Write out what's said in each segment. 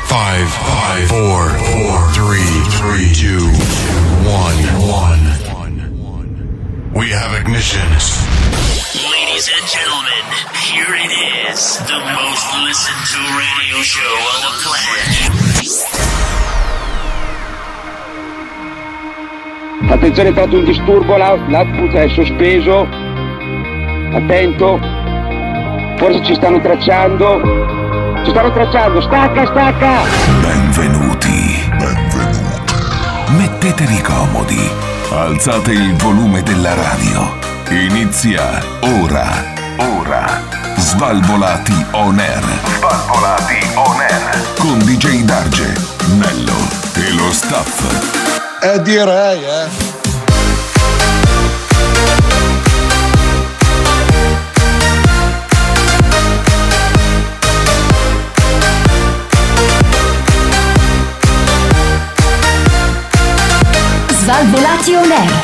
5, 4, 3, 2, 1. We have ignition. Ladies and gentlemen, here it is, the most listened to radio show on the planet. Attenzione, è stato un disturbo, l'output è sospeso. Attento. Forse ci stanno tracciando. Stacca. Benvenuti. Mettetevi comodi. Alzate il volume della radio. Inizia ora. Svalvolati on air. Con DJ Darge, Nello e lo staff. Direi. Svalvolati on air.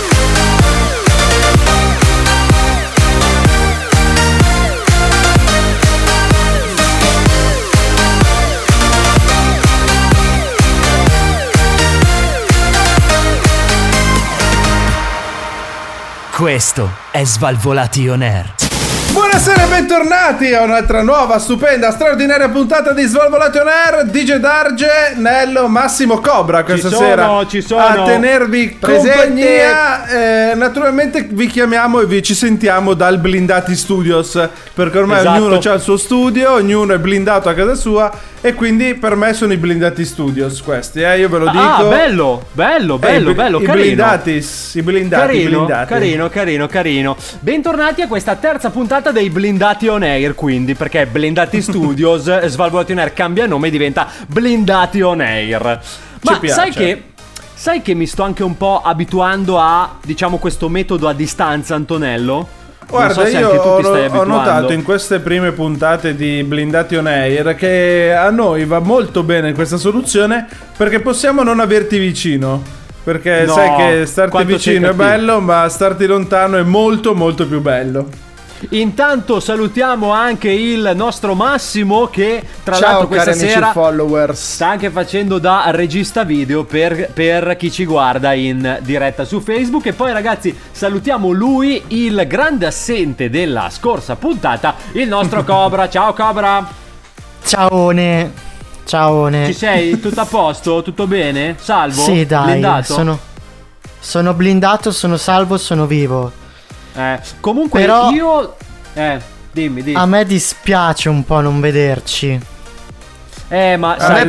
Questo è Svalvolati on air. Buonasera e bentornati a un'altra nuova, stupenda, straordinaria puntata di Svalvolati on air. DJ Darge, Nello, Massimo Cobra questa sera ci sono. a tenervi compagnia. Naturalmente vi chiamiamo e ci sentiamo dal Blindati Studios, perché ormai ognuno ha il suo studio, ognuno è blindato a casa sua, e quindi per me sono i Blindati Studios questi, io ve lo dico. Ah, bello, carino. I blindati. Carino. Bentornati a questa terza puntata dei Blindati on air, quindi, perché Blindati Studios, Svalvolati on air cambia nome e diventa Blindati on air. Ma sai che mi sto anche un po' abituando a, diciamo, questo metodo a distanza, Antonello? Guarda, io ho notato in queste prime puntate di Blindati on air che a noi va molto bene questa soluzione, perché possiamo non averti vicino. Perché sai che starti vicino è bello, ma starti lontano è molto molto più bello. Intanto salutiamo anche il nostro Massimo, che tra l'altro questa sera sta anche facendo da regista video per chi ci guarda in diretta su Facebook. E poi, ragazzi, salutiamo lui, il grande assente della scorsa puntata, il nostro Cobra. Ciao Cobra. Ciaone. Ci sei? Tutto a posto? Tutto bene? Salvo? Sì, dai. Blindato? Sono blindato, sono salvo, sono vivo. Comunque però io dimmi. A me dispiace un po' non vederci. Ma sai,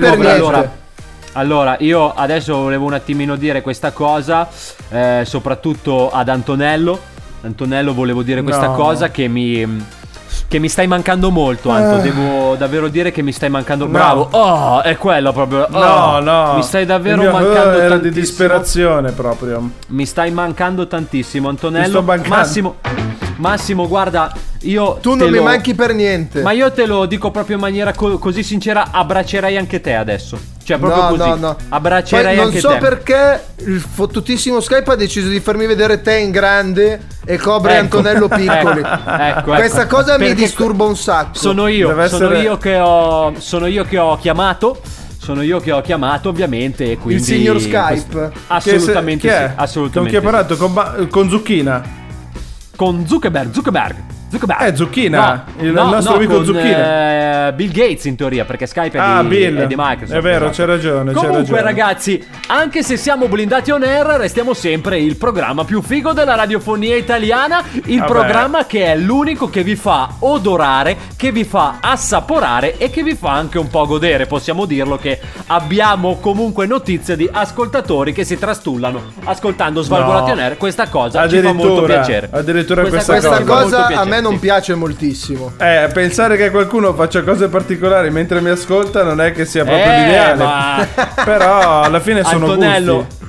allora io adesso volevo un attimino dire questa cosa, soprattutto ad Antonello, volevo dire questa cosa che mi stai mancando molto, Anto. Devo davvero dire che mi stai mancando. Bravo. È quello proprio. No. Mi stai davvero mancando era tantissimo. di disperazione proprio. Mi stai mancando tantissimo, Antonello. Ti sto mancando. Massimo, guarda, tu non mi manchi per niente. Ma io te lo dico proprio in maniera così sincera, abbraccerei anche te adesso. Cioè proprio così. No. Abbraccerei anche te. Non so perché il fottutissimo Skype ha deciso di farmi vedere te in grande e Cobra e Antonello piccoli. Ecco. Questa cosa mi disturba un sacco. Sono io che ho chiamato. Ovviamente, e quindi il signor Skype. Assolutamente chi sì. è? Assolutamente. Con chi ha parlato? Con Zucchina. Con Zuckerberg. Zucchina. Il nostro amico Zucchina. Bill Gates, in teoria, perché Skype è di Microsoft. È vero, c'è ragione. Comunque, ragazzi, anche se siamo blindati on air, restiamo sempre il programma più figo della radiofonia italiana. Il programma che è l'unico che vi fa odorare, che vi fa assaporare e che vi fa anche un po' godere. Possiamo dirlo che abbiamo comunque notizie di ascoltatori che si trastullano ascoltando Svalvolati on air. Questa cosa ci fa molto piacere. Addirittura questa cosa a me non piace moltissimo. Pensare che qualcuno faccia cose particolari mentre mi ascolta non è che sia proprio l'ideale. Però alla fine sono Antonello, gusti.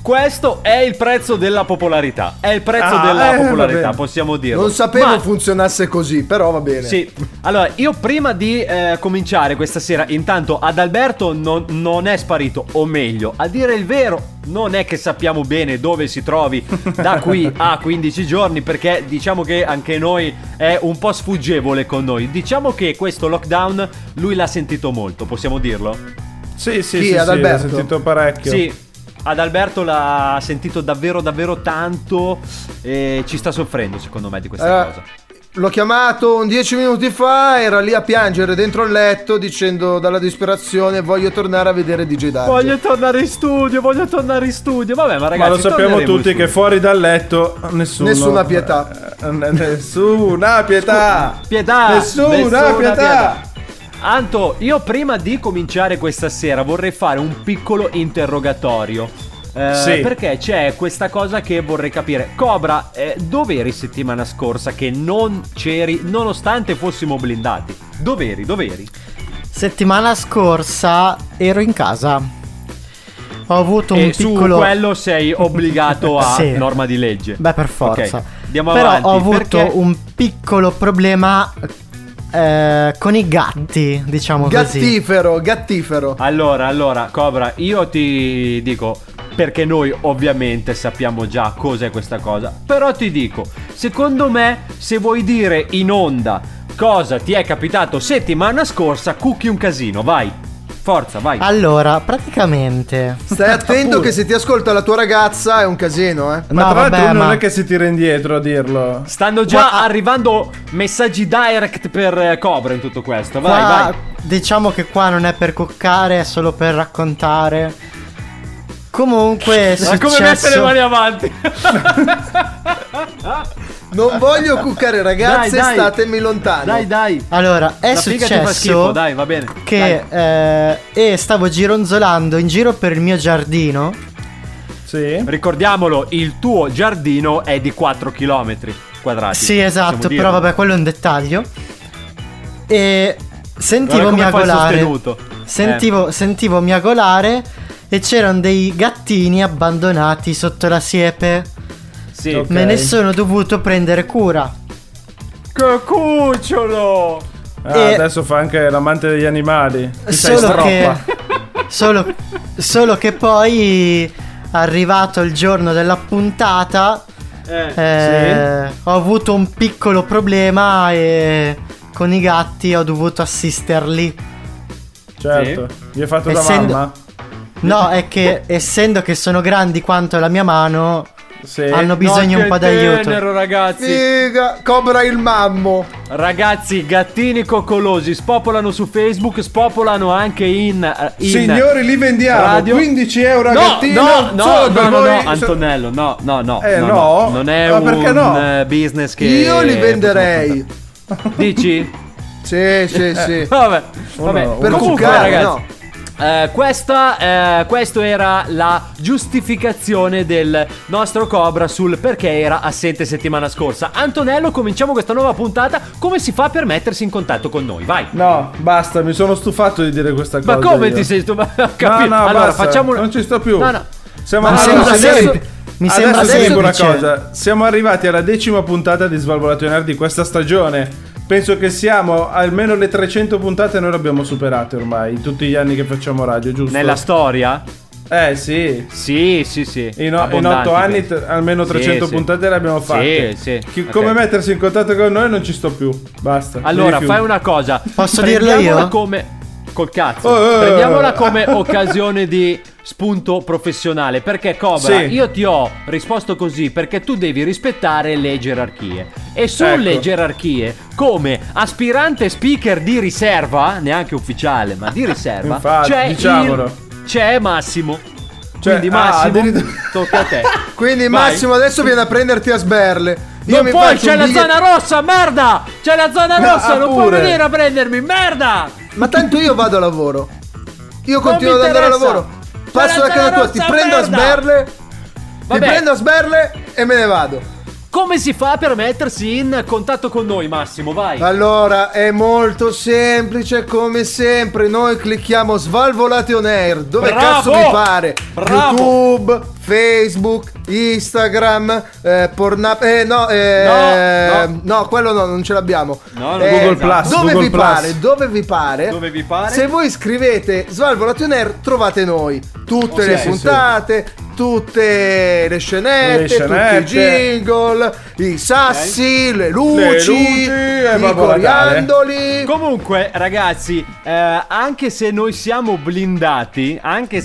Questo è il prezzo della popolarità. È il prezzo della popolarità, possiamo dirlo. Non sapevo funzionasse così, però va bene. Sì. Allora, io prima di cominciare questa sera, intanto Adalberto non è sparito, o meglio, a dire il vero, non è che sappiamo bene dove si trovi da qui a 15 giorni, perché diciamo che anche noi è un po' sfuggevole con noi. Diciamo che questo lockdown lui l'ha sentito molto, possiamo dirlo? Sì, Adalberto. L'ha sentito parecchio. Sì. Adalberto l'ha sentito davvero tanto e ci sta soffrendo secondo me di questa cosa. L'ho chiamato 10 minuti fa, era lì a piangere dentro il letto dicendo dalla disperazione voglio tornare a vedere DJ Darge. Voglio tornare in studio. Vabbè, ma ragazzi, ma lo sappiamo tutti che fuori dal letto nessuna pietà. Nessuna pietà. Nessuna pietà. Anto, io prima di cominciare questa sera vorrei fare un piccolo interrogatorio. Sì. Perché c'è questa cosa che vorrei capire. Cobra, dove eri settimana scorsa che non c'eri nonostante fossimo blindati? Dove eri? Settimana scorsa ero in casa. Ho avuto un piccolo... su quello sei obbligato a sì. Norma di legge. Beh, per forza. Okay. Andiamo Però avanti. ho avuto un piccolo problema con i gatti, diciamo Gattifero. Allora, Cobra, io ti dico, perché noi ovviamente sappiamo già cos'è questa cosa, però ti dico, secondo me, se vuoi dire in onda cosa ti è capitato settimana scorsa, cucchi un casino, vai. Forza, vai. Allora, praticamente stai attento che se ti ascolta la tua ragazza è un casino, Ma tra l'altro non è che si tira indietro a dirlo. Stanno già arrivando messaggi direct per Cobra in tutto questo. Vai. Diciamo che qua non è per cuccare, è solo per raccontare. Comunque è successo... come mettere le mani avanti. Non voglio cuccare, ragazze, dai. Statemi lontano. Dai. Allora, è la figa successo ti fa schifo, dai, va bene. Che stavo gironzolando in giro per il mio giardino. Sì. Ricordiamolo, il tuo giardino è di 4 km quadrati. Sì, esatto, però vabbè, quello è un dettaglio. E sentivo miagolare. Sentivo miagolare e c'erano dei gattini abbandonati sotto la siepe. Sì. Okay. Me ne sono dovuto prendere cura. Che cucciolo! Adesso fa anche l'amante degli animali. Solo che poi, arrivato il giorno della puntata, ho avuto un piccolo problema e con i gatti ho dovuto assisterli. Certo. Gli hai fatto da mamma? No, è che essendo che sono grandi quanto la mia mano, hanno bisogno un po' d'aiuto. Tenero, ragazzi. Figa, Cobra il mammo. Ragazzi, gattini coccolosi spopolano su Facebook, spopolano anche in signori, li vendiamo radio. 15 euro a gattino. No, Antonello, no. Non è un business che io li venderei. Dici? Sì. Vabbè. Per cuccare, ragazzi. No. Questo era la giustificazione del nostro Cobra sul perché era assente settimana scorsa. Antonello, cominciamo questa nuova puntata. Come si fa per mettersi in contatto con noi? Vai. No, basta, mi sono stufato di dire questa cosa. Ma come ti sei stufato? No, allora, basta, non ci sto più. No. Mi sembra dico una cosa. Siamo arrivati alla 10ª puntata di Svalvolato Nerd di questa stagione. Penso che siamo almeno le 300 puntate noi le abbiamo superate ormai, tutti gli anni che facciamo radio, giusto? Nella storia? Sì. Sì. In 8 anni almeno 300 puntate le abbiamo fatte. Sì. Come mettersi in contatto con noi non ci sto più. Basta. Allora, fai una cosa. Posso dirlo io? Col cazzo. Prendiamola come occasione di spunto professionale. Perché Cobra, io ti ho risposto così perché tu devi rispettare le gerarchie. E sulle gerarchie, come aspirante speaker di riserva, neanche ufficiale, ma di riserva, infatti, c'è Massimo. Quindi Massimo, tocca a te. Quindi Massimo adesso viene a prenderti a sberle. Non puoi, c'è la zona rossa, merda! C'è la zona rossa, non puoi venire a prendermi, merda! Ma tanto io vado a lavoro. Io continuo ad andare a lavoro. Passo da casa tua, ti prendo a sberle. Ti prendo a sberle e me ne vado. come si fa per mettersi in contatto con noi, Massimo? Vai. Allora, è molto semplice come sempre. Noi clicchiamo Svalvolati on Air dove cazzo vi pare. YouTube, Facebook, Instagram, no, quello no, non ce l'abbiamo. No, Google Plus. Dove vi pare. Se voi scrivete Svalvolati on Air trovate noi. Tutte le puntate, tutte le scenette, tutti i jingle, i sassi, le luci, i coriandoli. Comunque, ragazzi, anche se noi siamo blindati,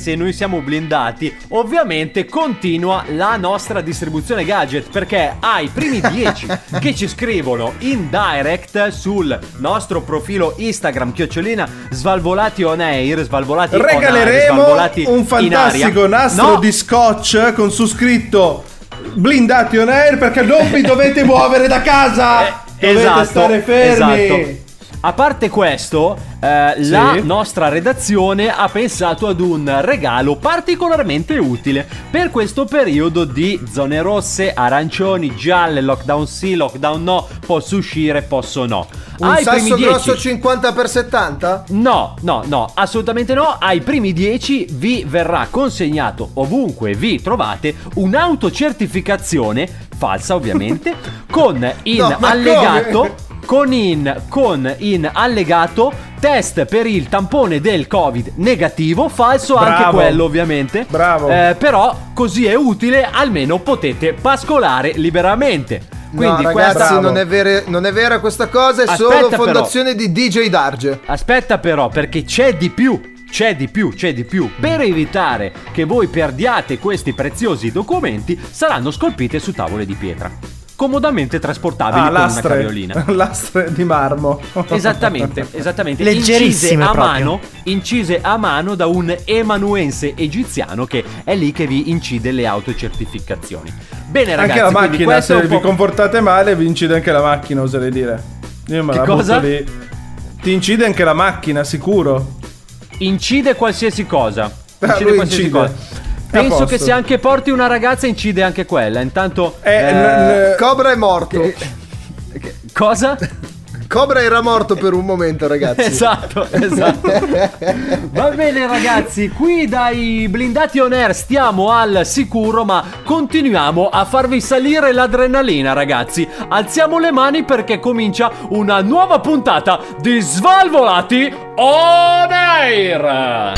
ovviamente continua la nostra distribuzione gadget, perché ai primi 10 che ci scrivono in direct sul nostro profilo Instagram @Svalvolati on Air, Svalvolati on Air, regaleremo Svalvolati un fantastico nastro di scotch con su scritto Blindati on Air, perché non vi dovete muovere da casa, dovete stare fermi. Esatto. A parte questo, la nostra redazione ha pensato ad un regalo particolarmente utile per questo periodo di zone rosse, arancioni, gialle, lockdown sì, lockdown no, posso uscire, posso no. Un sasso grosso 50x70? No, assolutamente no. Ai primi 10 vi verrà consegnato, ovunque vi trovate, un'autocertificazione, falsa ovviamente, con in allegato... Con in allegato test per il tampone del Covid negativo, falso. Bravo. Anche quello ovviamente. Bravo. Però così è utile, almeno potete pascolare liberamente. Quindi no, ragazzi, non è vera questa cosa, è solo fondazione di DJ Darge. Aspetta però, perché c'è di più. Per evitare che voi perdiate questi preziosi documenti, saranno scolpite su tavole di pietra, comodamente trasportabili con una caviolina. Lastre di marmo. Esattamente. Leggerissime incise a mano da un emanuense egiziano che è lì che vi incide le autocertificazioni. Bene ragazzi, anche la macchina, se vi comportate male vi incide anche la macchina, oserei dire. Io me la butto lì. Ti incide anche la macchina, sicuro. Incide qualsiasi cosa. Penso che se anche porti una ragazza incide anche quella. Intanto Cobra è morto. Cosa? Cobra era morto per un momento, ragazzi. Esatto. Va bene ragazzi, qui dai Blindati on Air stiamo al sicuro, ma continuiamo a farvi salire l'adrenalina, ragazzi. Alziamo le mani perché comincia una nuova puntata di Svalvolati on Air.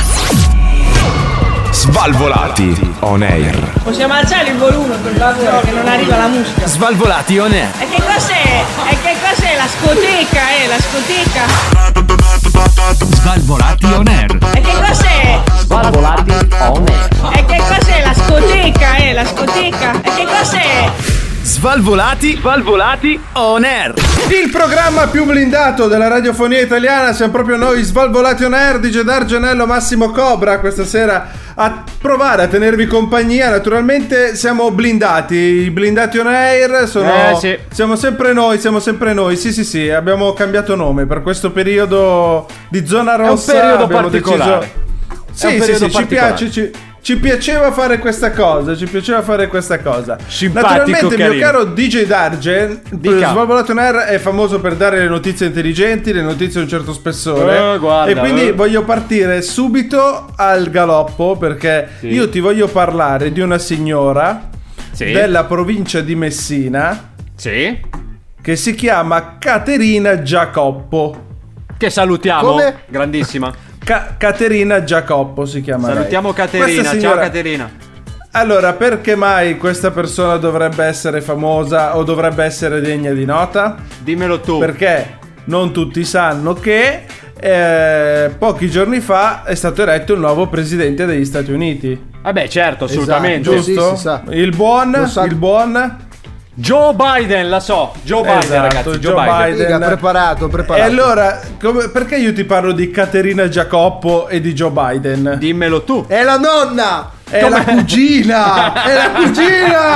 Svalvolati on Air. Possiamo alzare il volume per favore, che non arriva la musica. Svalvolati on Air. E che cos'è? La scoteca, la scoteca. Svalvolati on Air. E che cos'è? Svalvolati on Air. E che cos'è la scoteca, la scoteca? E che cos'è? Svalvolati on Air. Il programma più blindato della radiofonia italiana, siamo proprio noi, Svalvolati on Air, DJ Dargenello, Massimo Cobra, questa sera a provare a tenervi compagnia. Naturalmente siamo blindati, i Blindati on Air sono siamo sempre noi, sì, abbiamo cambiato nome per questo periodo di zona rossa. È un periodo particolare. Ci piace, ci piaceva fare questa cosa. Simpatico, naturalmente, carino. mio caro DJ Darge, Svalvolato on Air è famoso per dare le notizie intelligenti, le notizie di un certo spessore. E quindi voglio partire subito al galoppo, perché io ti voglio parlare di una signora della provincia di Messina che si chiama Caterina Giacoppo, che salutiamo. Come? Grandissima. Caterina Giacoppo si chiama. Salutiamo Caterina, ciao Caterina. Allora, perché mai questa persona dovrebbe essere famosa o dovrebbe essere degna di nota? Dimmelo tu. Perché non tutti sanno che pochi giorni fa è stato eletto il nuovo presidente degli Stati Uniti. Vabbè, certo, assolutamente. Giusto? Sì, il buon Joe Biden, la so. Joe Biden, ragazzi. Joe Biden. Preparato. E allora, perché io ti parlo di Caterina Giacoppo e di Joe Biden? Dimmelo tu. È la nonna! È la cugina!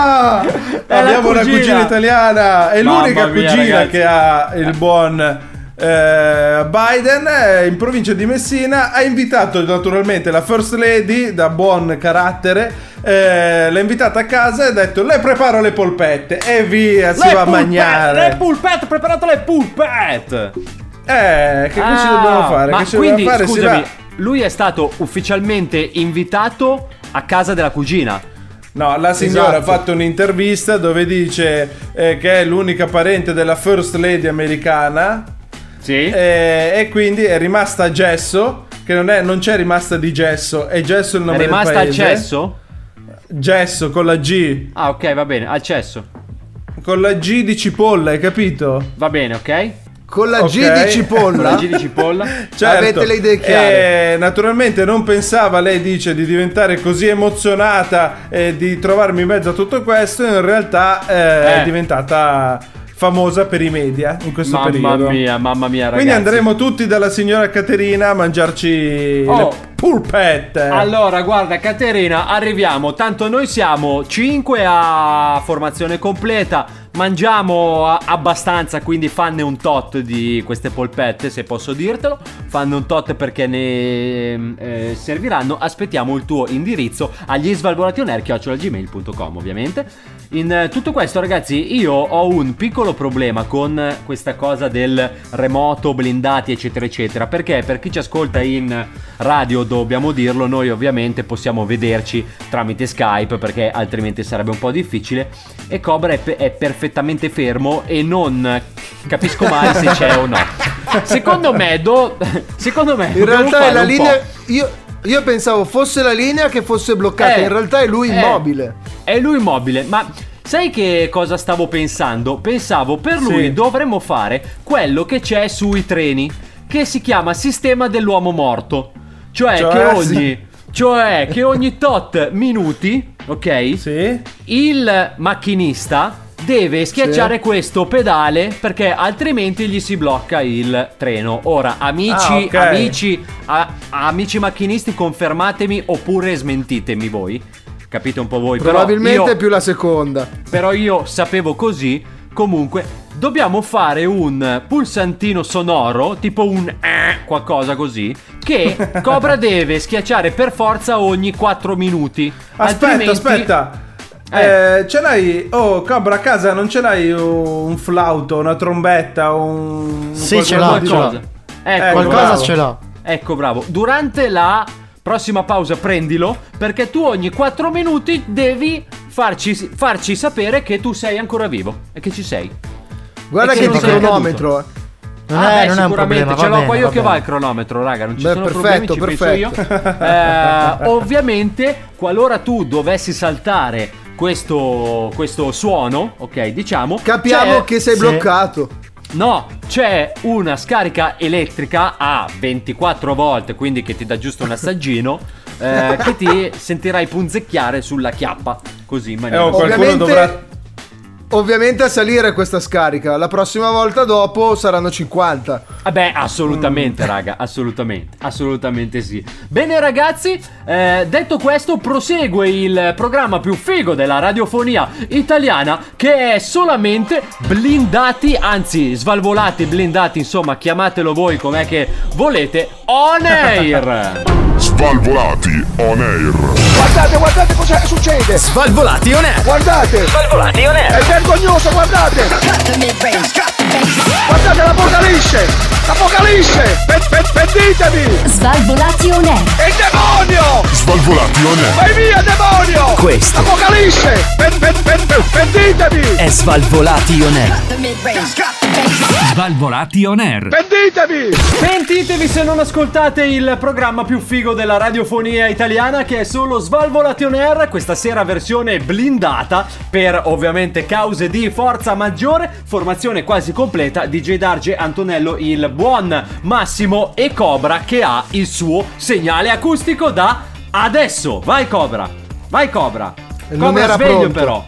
Abbiamo una cugina italiana. È l'unica cugina, ragazzi, che ha il buon Biden in provincia di Messina ha invitato naturalmente la First Lady da buon carattere, l'ha invitata a casa e ha detto: le preparo le polpette e via, si va a mangiare. Le polpette, preparate le polpette. Che ci dobbiamo fare? Ma che ci quindi, fare? scusami, lui è stato ufficialmente invitato a casa della cugina. No, la signora Esatto. ha fatto un'intervista dove dice che è l'unica parente della First Lady americana. Sì. E quindi è rimasta a Gesso, che non c'è rimasta di Gesso, è Gesso il nome del paese. È rimasta al cesso? Gesso con la G. Ah, ok, va bene, al cesso. Con la G di cipolla, hai capito? Va bene, ok. Con la G di cipolla? Con la G di cipolla. Certo. Avete le idee chiare. Naturalmente non pensava, lei dice, di diventare così emozionata e di trovarmi in mezzo a tutto questo. In realtà è diventata famosa per i media in questo periodo. Mamma mia, ragazzi. Quindi andremo tutti dalla signora Caterina a mangiarci le polpette. Allora, guarda, Caterina, arriviamo. Tanto noi siamo 5 a formazione completa. Mangiamo abbastanza, quindi fanne un tot di queste polpette, se posso dirtelo. Fanne un tot perché ne serviranno. Aspettiamo il tuo indirizzo agli svalvolationer@gmail.com, ovviamente. In tutto questo, ragazzi, io ho un piccolo problema con questa cosa del remoto, blindati, eccetera eccetera. Perché per chi ci ascolta in radio, dobbiamo dirlo, noi ovviamente possiamo vederci tramite Skype, perché altrimenti sarebbe un po' difficile. E Cobra è perfettamente fermo e non capisco mai se c'è o no. Secondo me in realtà è la linea. Io pensavo fosse la linea che fosse bloccata, in realtà è lui immobile. È lui immobile, ma sai che cosa stavo pensando? Pensavo per lui dovremmo fare quello che c'è sui treni, che si chiama sistema dell'uomo morto. Cioè che ogni tot minuti, ok? Sì. Il macchinista deve schiacciare questo pedale, perché altrimenti gli si blocca il treno. Ora, amici macchinisti, confermatemi oppure smentitemi voi. Capite un po' voi. Probabilmente però più la seconda. Però io sapevo così. Comunque dobbiamo fare un pulsantino sonoro, tipo un qualcosa così, che Cobra deve schiacciare per forza ogni 4 minuti. Aspetta. Ce l'hai? Oh, Cobra, a casa non ce l'hai un flauto, una trombetta, Sì, ce l'ho. Qualcosa. Qualcosa ce l'ho. Ecco, bravo. Durante la prossima pausa prendilo, perché tu ogni 4 minuti devi farci sapere che tu sei ancora vivo e che ci sei. Guarda che di cronometro. Non è un problema, ce l'ho qua io che va il cronometro, raga, non ci sono problemi, ci penso io. Ovviamente, qualora tu dovessi saltare questo suono, ok, diciamo, capiamo che sei bloccato. No, c'è una scarica elettrica a 24 volt, quindi che ti dà giusto un assaggino, che ti sentirai punzecchiare sulla chiappa, così in maniera qualcuno dovrà. Ovviamente a salire questa scarica. La prossima volta dopo saranno 50. Beh, assolutamente, raga, assolutamente sì. Bene, ragazzi, detto questo, prosegue il programma più figo della radiofonia italiana, che è solamente blindati, anzi svalvolati, blindati, insomma, chiamatelo voi com'è che volete, on air. Svalvolati on air. Guardate cosa succede. Svalvolati on air. Guardate. Svalvolati on air. È vergognoso, guardate. Guardate l'apocalisse. Pentitevi. Svalvolati on air. È il demonio. Svalvolati on air. Vai via, demonio. Questo Apocalisse. Pentitevi. è Svalvolati on air. Svalvolati on air. Pentitevi se non ascoltate il programma più figo della radiofonia italiana, che è solo Svalvolati on air. Questa sera versione blindata, per ovviamente cause di forza maggiore. Formazione quasi completa: DJ Darge, Antonello, il buon Massimo e Cobra, che ha il suo segnale acustico da adesso. Vai Cobra. Non era sveglio pronto. Però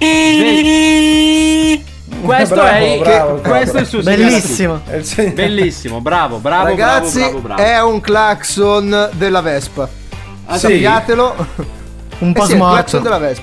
questo bravo, questo è il suo bellissimo. Bellissimo, bravo. Ragazzi, bravo. è un clacson della Vespa. Sappiatelo. Un po' Sì, è il smorto. clacson della Vespa.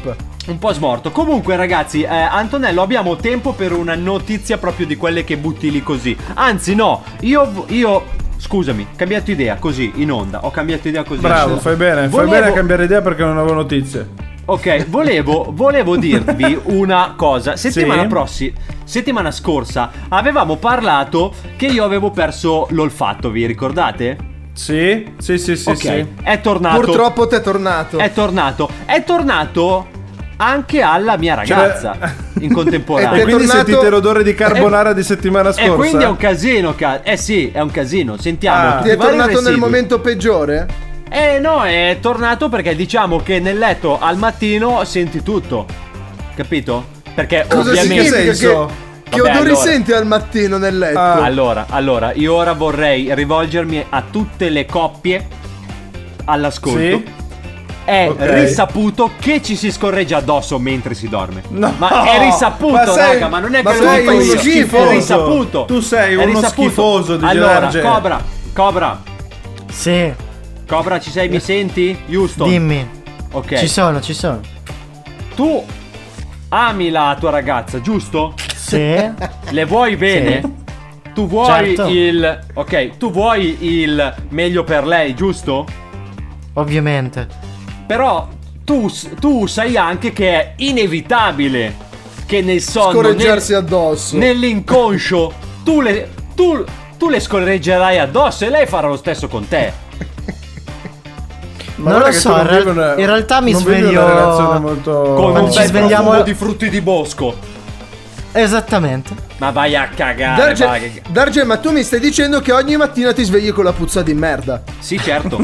Un po' smorto. Comunque ragazzi, Antonello, abbiamo tempo per una notizia proprio di quelle che butti lì così. Anzi no, io scusami, cambiato idea così in onda. Ho cambiato idea così. Bravo, fai bene a cambiare idea perché non avevo notizie. Ok, volevo dirvi una cosa. Settimana scorsa avevamo parlato che io avevo perso l'olfatto, vi ricordate? Sì. Ok, è tornato. Purtroppo ti è tornato. È tornato anche alla mia ragazza in contemporanea. E quindi sentite l'odore di carbonara di settimana scorsa. E quindi è un casino, sì, è un casino. Sentiamo. Ti è tornato nel momento peggiore? No, è tornato perché diciamo che nel letto al mattino senti tutto. Capito? Perché cosa ovviamente che odori senti al mattino nel letto? Allora, io ora vorrei rivolgermi a tutte le coppie all'ascolto. Sì? È risaputo che ci si scorreggia addosso mentre si dorme. No, ma è risaputo, raga, ma non è che lo dico io. Schifoso. È risaputo. Tu sei uno schifoso di Allora, Cobra. Sì. Cobra, ci sei? Mi senti? Houston. Dimmi. Ok. Ci sono. Tu ami la tua ragazza, giusto? Sì. Le vuoi bene? Sì. Tu vuoi certo. Tu vuoi il meglio per lei, giusto? Ovviamente. Però tu sai anche che è inevitabile che nel sonno, scorreggiarsi addosso, nell'inconscio tu le scorreggerai addosso e lei farà lo stesso con te. Ma non lo so, in realtà mi sveglio una relazione molto... con un bel profumo di frutti di bosco. Esattamente. Ma vai a cagare, Darge, ma tu mi stai dicendo che ogni mattina ti svegli con la puzza di merda? Sì, certo.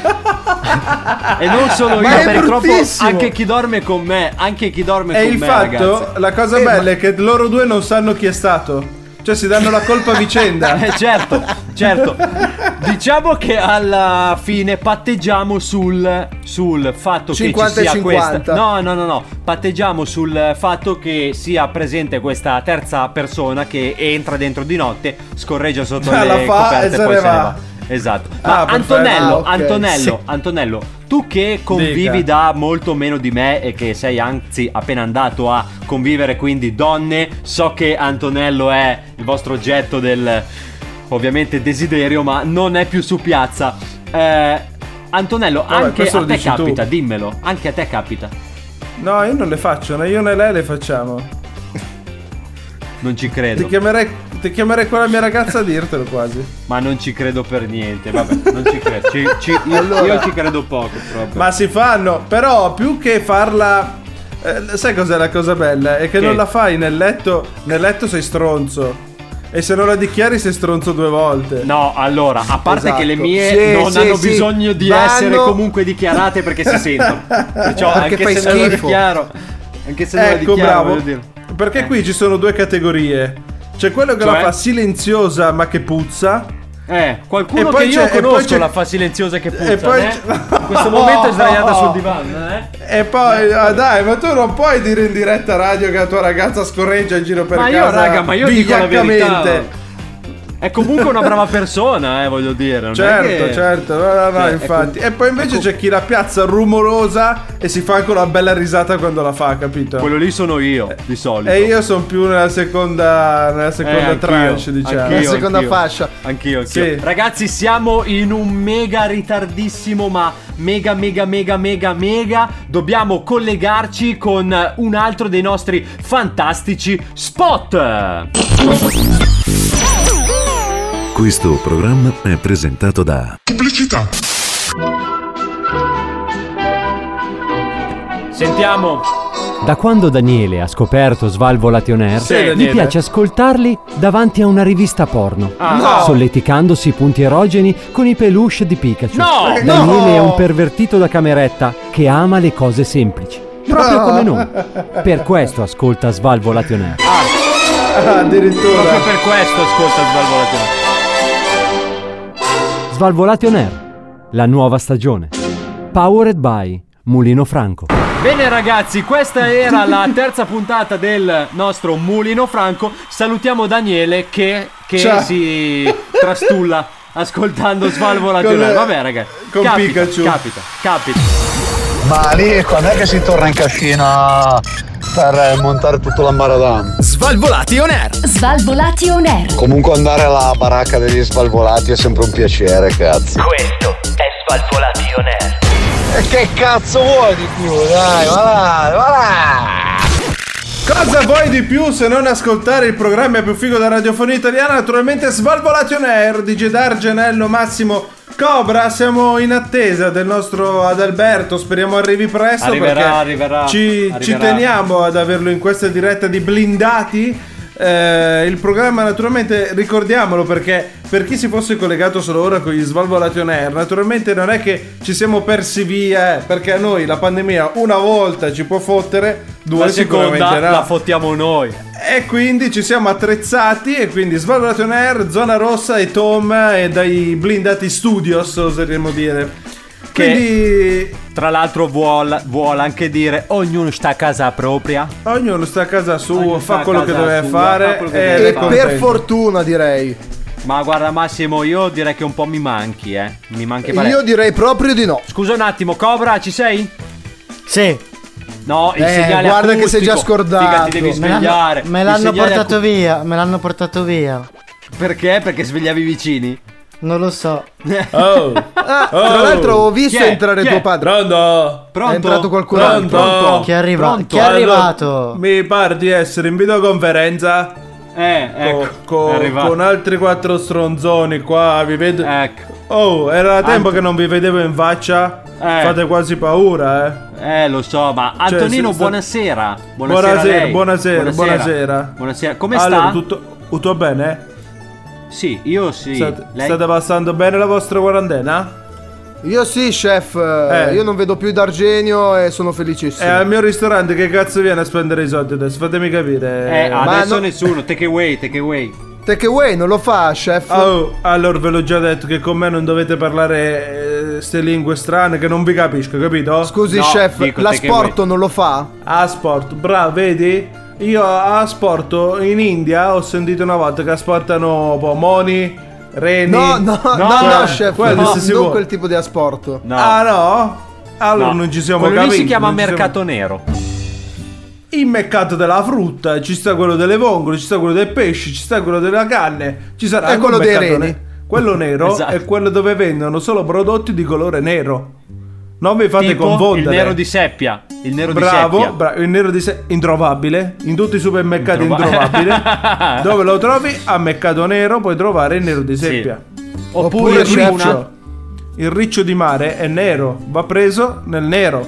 E non solo io, perché troppo anche chi dorme con me, E il fatto, ragazzi, la cosa bella è che loro due non sanno chi è stato. Cioè si danno la colpa a vicenda. Certo. Diciamo che alla fine patteggiamo sul fatto 50 che ci sia 50. No. Patteggiamo sul fatto che sia presente questa terza persona che entra dentro di notte, scorreggia sotto le coperte e poi se ne va. Esatto. Ma Antonello, tu che convivi da molto meno di me e che sei anzi appena andato a convivere, quindi donne, so che Antonello è il vostro oggetto del ovviamente desiderio, ma non è più su piazza. Antonello, anche a te capita, dimmelo, anche a te capita. No, io non le faccio, né io né lei le facciamo. Non ci credo. Ti chiamerei con la mia ragazza a dirtelo quasi. Ma non ci credo per niente. Vabbè, non ci credo. Io ci credo poco proprio. Ma si fanno. Però più che farla sai cos'è la cosa bella? È che non la fai nel letto. Nel letto sei stronzo. E se non la dichiari sei stronzo 2 volte. No, allora, a parte che le mie non hanno bisogno di essere comunque dichiarate perché si sentono. Perciò perché anche se non la dichiaro, bravo. Voglio dire. Perché qui ci sono 2 categorie. C'è quello che la fa silenziosa ma che puzza. Qualcuno che io conosco la fa silenziosa che puzza. E poi in questo momento è sdraiata sul divano. E poi dai, ma tu non puoi dire in diretta radio che la tua ragazza scorreggia in giro per casa. Ma io dico la verità. È comunque una brava persona, voglio dire. Non certo. No, infatti. E poi invece c'è chi la piazza rumorosa e si fa anche una bella risata quando la fa, capito? Quello lì sono io, di solito. E io sono più nella seconda tranche, diciamo. Nella seconda fascia. Anch'io. Sì. Ragazzi, siamo in un mega ritardissimo, ma mega. Dobbiamo collegarci con un altro dei nostri fantastici spot. Questo programma è presentato da Pubblicità. Sentiamo. Da quando Daniele ha scoperto Svalvolation Air, gli piace ascoltarli davanti a una rivista porno, solleticandosi i punti erogeni con i peluche di Pikachu. Daniele è un pervertito da cameretta che ama le cose semplici, proprio come noi. Per questo ascolta Svalvolation Air. Addirittura. Proprio per questo ascolta Svalvolation Air. Svalvolation Air, la nuova stagione. Powered by Mulino Franco. Bene ragazzi, questa era la terza puntata del nostro Mulino Franco. Salutiamo Daniele che si trastulla ascoltando Svalvolation Air. Vabbè ragazzi, con Pikachu. Capita. Ma lì quando è che si torna in cascina per montare tutto l'ambaradan? Svalvolati on air. Svalvolati on air. Comunque andare alla baracca degli Svalvolati è sempre un piacere, cazzo. Questo è Svalvolati on air. E che cazzo vuoi di più? Dai, va là. Cosa vuoi di più se non ascoltare il programma più figo della radiofonia italiana? Naturalmente Svalvolati on air di Gedar, Genello, Massimo, Cobra. Siamo in attesa del nostro Adalberto, speriamo arrivi presto. Arriverà. Ci teniamo ad averlo in questa diretta di Blindati. Il programma, naturalmente, ricordiamolo, perché per chi si fosse collegato solo ora con gli Svalvolati on air, naturalmente non è che ci siamo persi via, perché a noi la pandemia una volta ci può fottere, due la sicuramente seconda no. La fottiamo noi. E quindi ci siamo attrezzati, e quindi Svalvolati on air, Zona Rossa e Tom e dai Blindati Studios, oseremmo dire. Quindi, tra l'altro vuol anche dire ognuno sta a casa propria. Ognuno sta a casa sua, fa quello che deve fare e per fortuna, direi. Ma guarda Massimo, io direi che un po' mi manchi, mi manchi parecchio. Io direi proprio di no. Scusa un attimo, Cobra, ci sei? Sì. No, il segnale guarda acustico. che sei già scordato. Figa, ti devi svegliare. Me l'hanno portato via. Me l'hanno portato via. Perché? Perché svegliavi i vicini? Non lo so. Tra l'altro ho visto entrare tuo padre. Pronto? È entrato qualcuno altro. Pronto? Chi è arrivato? Mi pare di essere in videoconferenza. Ecco. Con altri 4 stronzoni qua. Vi vedo. Ecco. Oh, era tempo che non vi vedevo in faccia. Fate quasi paura, lo so, ma Antonino, buonasera. Buonasera. Come allora, sta? Tutto bene? Sì, io sì. State passando bene la vostra quarantena? Io sì, chef. Io non vedo più D'Argenio e sono felicissimo. Al mio ristorante che cazzo viene a spendere i soldi adesso? Fatemi capire. Adesso nessuno. Take away. Take away non lo fa, chef. Allora ve l'ho già detto che con me non dovete parlare ste lingue strane che non vi capisco, capito? Scusi, chef, l'asporto non lo fa? Sport, bravo, vedi? Io a Sport in India ho sentito una volta che asportano pomoni, reni. No, chef, non quel tipo di asporto. No. Ah no? Allora non ci siamo capiti. Quello lì si chiama mercato nero. Il mercato della frutta, ci sta quello delle vongole, ci sta quello del pesce, ci sta quello della carne, ci sarà quello dei reni. Quello nero esatto. È quello dove vendono solo prodotti di colore nero. Non vi fate tipo confondere. Il nero di seppia. Il nero bravo, di seppia. Bravo, il nero di seppia introvabile. In tutti i supermercati introvabile. Dove lo trovi? A Mercato Nero puoi trovare il nero di seppia. Sì. Oppure il riccio di mare è nero, va preso nel nero.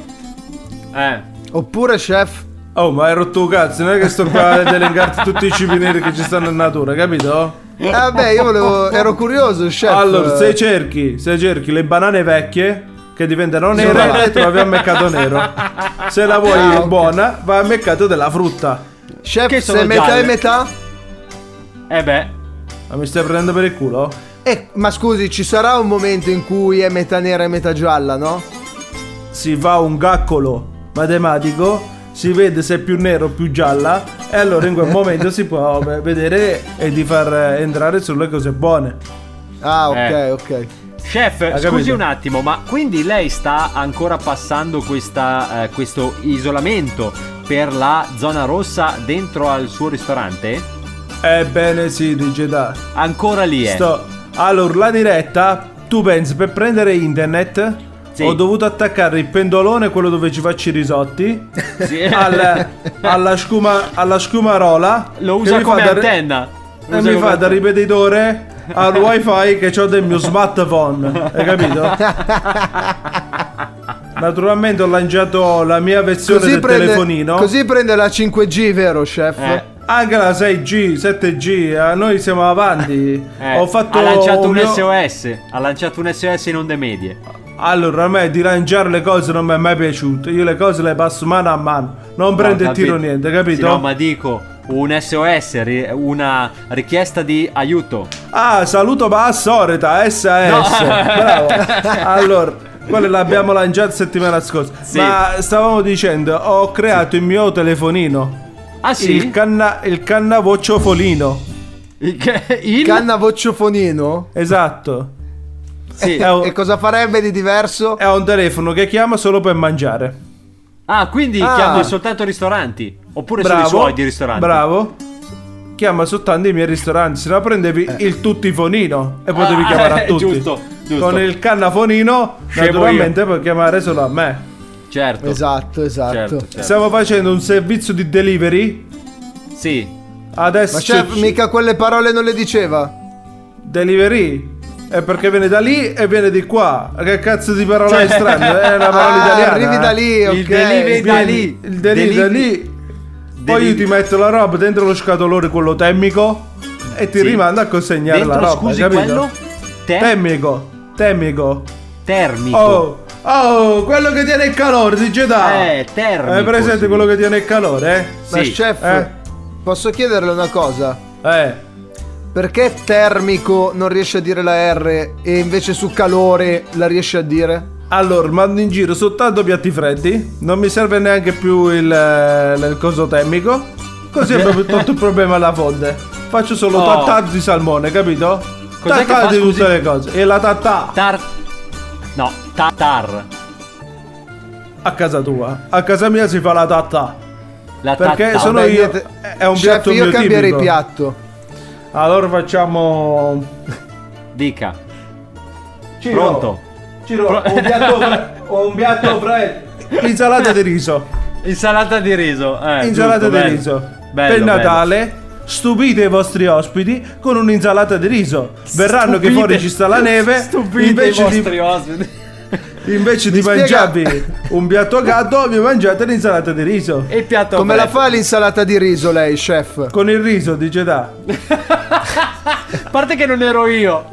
Oppure, chef, oh, ma hai rotto un cazzo, non è che sto qua a elencarti tutti i cibi neri che ci stanno in natura, capito? Beh, ero curioso, chef. Allora, se cerchi le banane vecchie che diventano nere, le trovi a Mercato Nero. Se la vuoi buona, vai al mercato della frutta. Chef, che se metà e metà? Ma mi stai prendendo per il culo? Ma scusi, ci sarà un momento in cui è metà nera e metà gialla, no? Si fa un calcolo matematico, si vede se è più nero o più gialla, e allora in quel momento si può vedere e di far entrare sulle cose buone. Ok. Chef, scusi un attimo, ma quindi lei sta ancora passando questo isolamento per la zona rossa dentro al suo ristorante? Ebbene sì, Rigeda. Ancora lì, Allora, la diretta, tu pensi, per prendere internet ho dovuto attaccare il pendolone, quello dove ci faccio i risotti, alla scumarola. Lo usa come antenna. E mi fa da ripetitore al wifi che ho del mio smartphone. Hai capito? Naturalmente ho lanciato la mia versione del telefonino. Così prende la 5G, vero, chef? Anche la 6G, 7G, noi siamo avanti. Ha lanciato un SOS. Ha lanciato un SOS in onde medie. Allora, a me di lanciare le cose non mi è mai piaciuto. Io le cose le passo mano a mano. Non prendo e tiro niente, capito? No, ma dico, un SOS, una richiesta di aiuto. Saluto Bassoreta, SAS. Bravo. Allora, quelle l'abbiamo lanciata settimana scorsa. Ma stavamo dicendo, ho creato il mio telefonino. Sì? Il cannavocciofolino. Il cannavocciofonino? Esatto. Sì. E cosa farebbe di diverso? È un telefono che chiama solo per mangiare. Ah, quindi chiama soltanto ristoranti? Oppure sono i suoi di ristoranti? Bravo. Chiama soltanto i miei ristoranti, se no prendevi il tuttifonino e potevi chiamare a tutti. Giusto. Con il cannafonino naturalmente puoi chiamare solo a me. Certo. Esatto. Certo. Stiamo facendo un servizio di delivery. Sì. Adesso ma chef, mica quelle parole non le diceva? Delivery? È perché viene da lì e viene di qua. Che cazzo di parola è strana? È una parola italiana. Arrivi da lì, ok. Il delivery da lì. Il delivery da lì. Poi io ti metto la roba dentro lo scatolone, quello termico, e ti rimando a consegnare dentro, la roba. Scusi, capito? quello? Termico. Termico. Oh, quello che tiene il calore, dice da. Termico. Hai presente quello che tiene il calore? Ma chef, posso chiederle una cosa? Perché termico non riesce a dire la R e invece su calore la riesce a dire? Allora, mando in giro soltanto piatti freddi. Non mi serve neanche più il coso termico. Così è proprio tutto il problema alla fonte. Faccio solo tattà di salmone, capito? Tattà di tutte le cose. E la tattà. Tatar. A casa tua. A casa mia si fa la tattà. Perché tattà. sono io. È un chef, piatto io mio cambierei tipico. piatto. Allora facciamo. Dica. Ciro. Pronto. Ciro, un piatto freddo. Insalata di riso. Insalata di riso. Insalata di riso. Per Natale stupite i vostri ospiti con un'insalata di riso. Verranno che fuori ci sta la neve. Stupite i vostri ospiti. Invece di mangiarvi un piatto caldo, vi mangiate l'insalata di riso. E il piatto come freddo. la fa l'insalata di riso lei, chef? Con il riso, dice da. A parte che non ero io.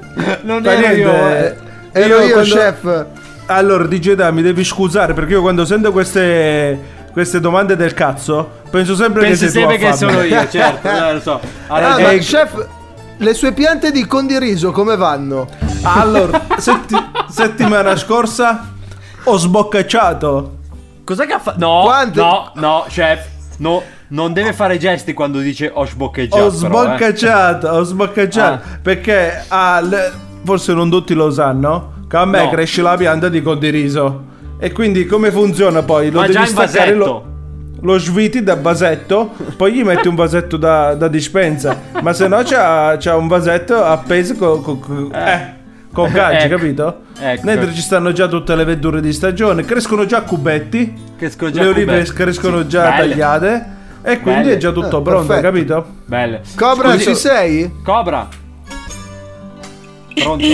Ero io, chef. Allora, dice da, mi devi scusare perché io quando sento queste domande del cazzo penso sempre che sei tu a farle. che sono io, certo, lo so. Ma chef, le sue piante di condiriso come vanno? Allora, settimana scorsa ho sboccacciato. Cos'è che ha fatto? No, chef. No, non deve fare gesti quando dice ho sboccheggiato. Ho sboccacciato. Perché forse non tutti lo sanno che a me cresce la pianta di condiriso. E quindi come funziona poi? Lo devi staccare, lo sviti da vasetto, poi gli metti un vasetto da dispensa. Ma se no c'ha un vasetto appeso con ganci, capito? Ecco. Dentro ci stanno già tutte le verdure di stagione, crescono già a cubetti, le olive crescono già tagliate e quindi è già tutto pronto, perfetto. Capito? Belle. Cobra, ci sei? Cobra. Pronto?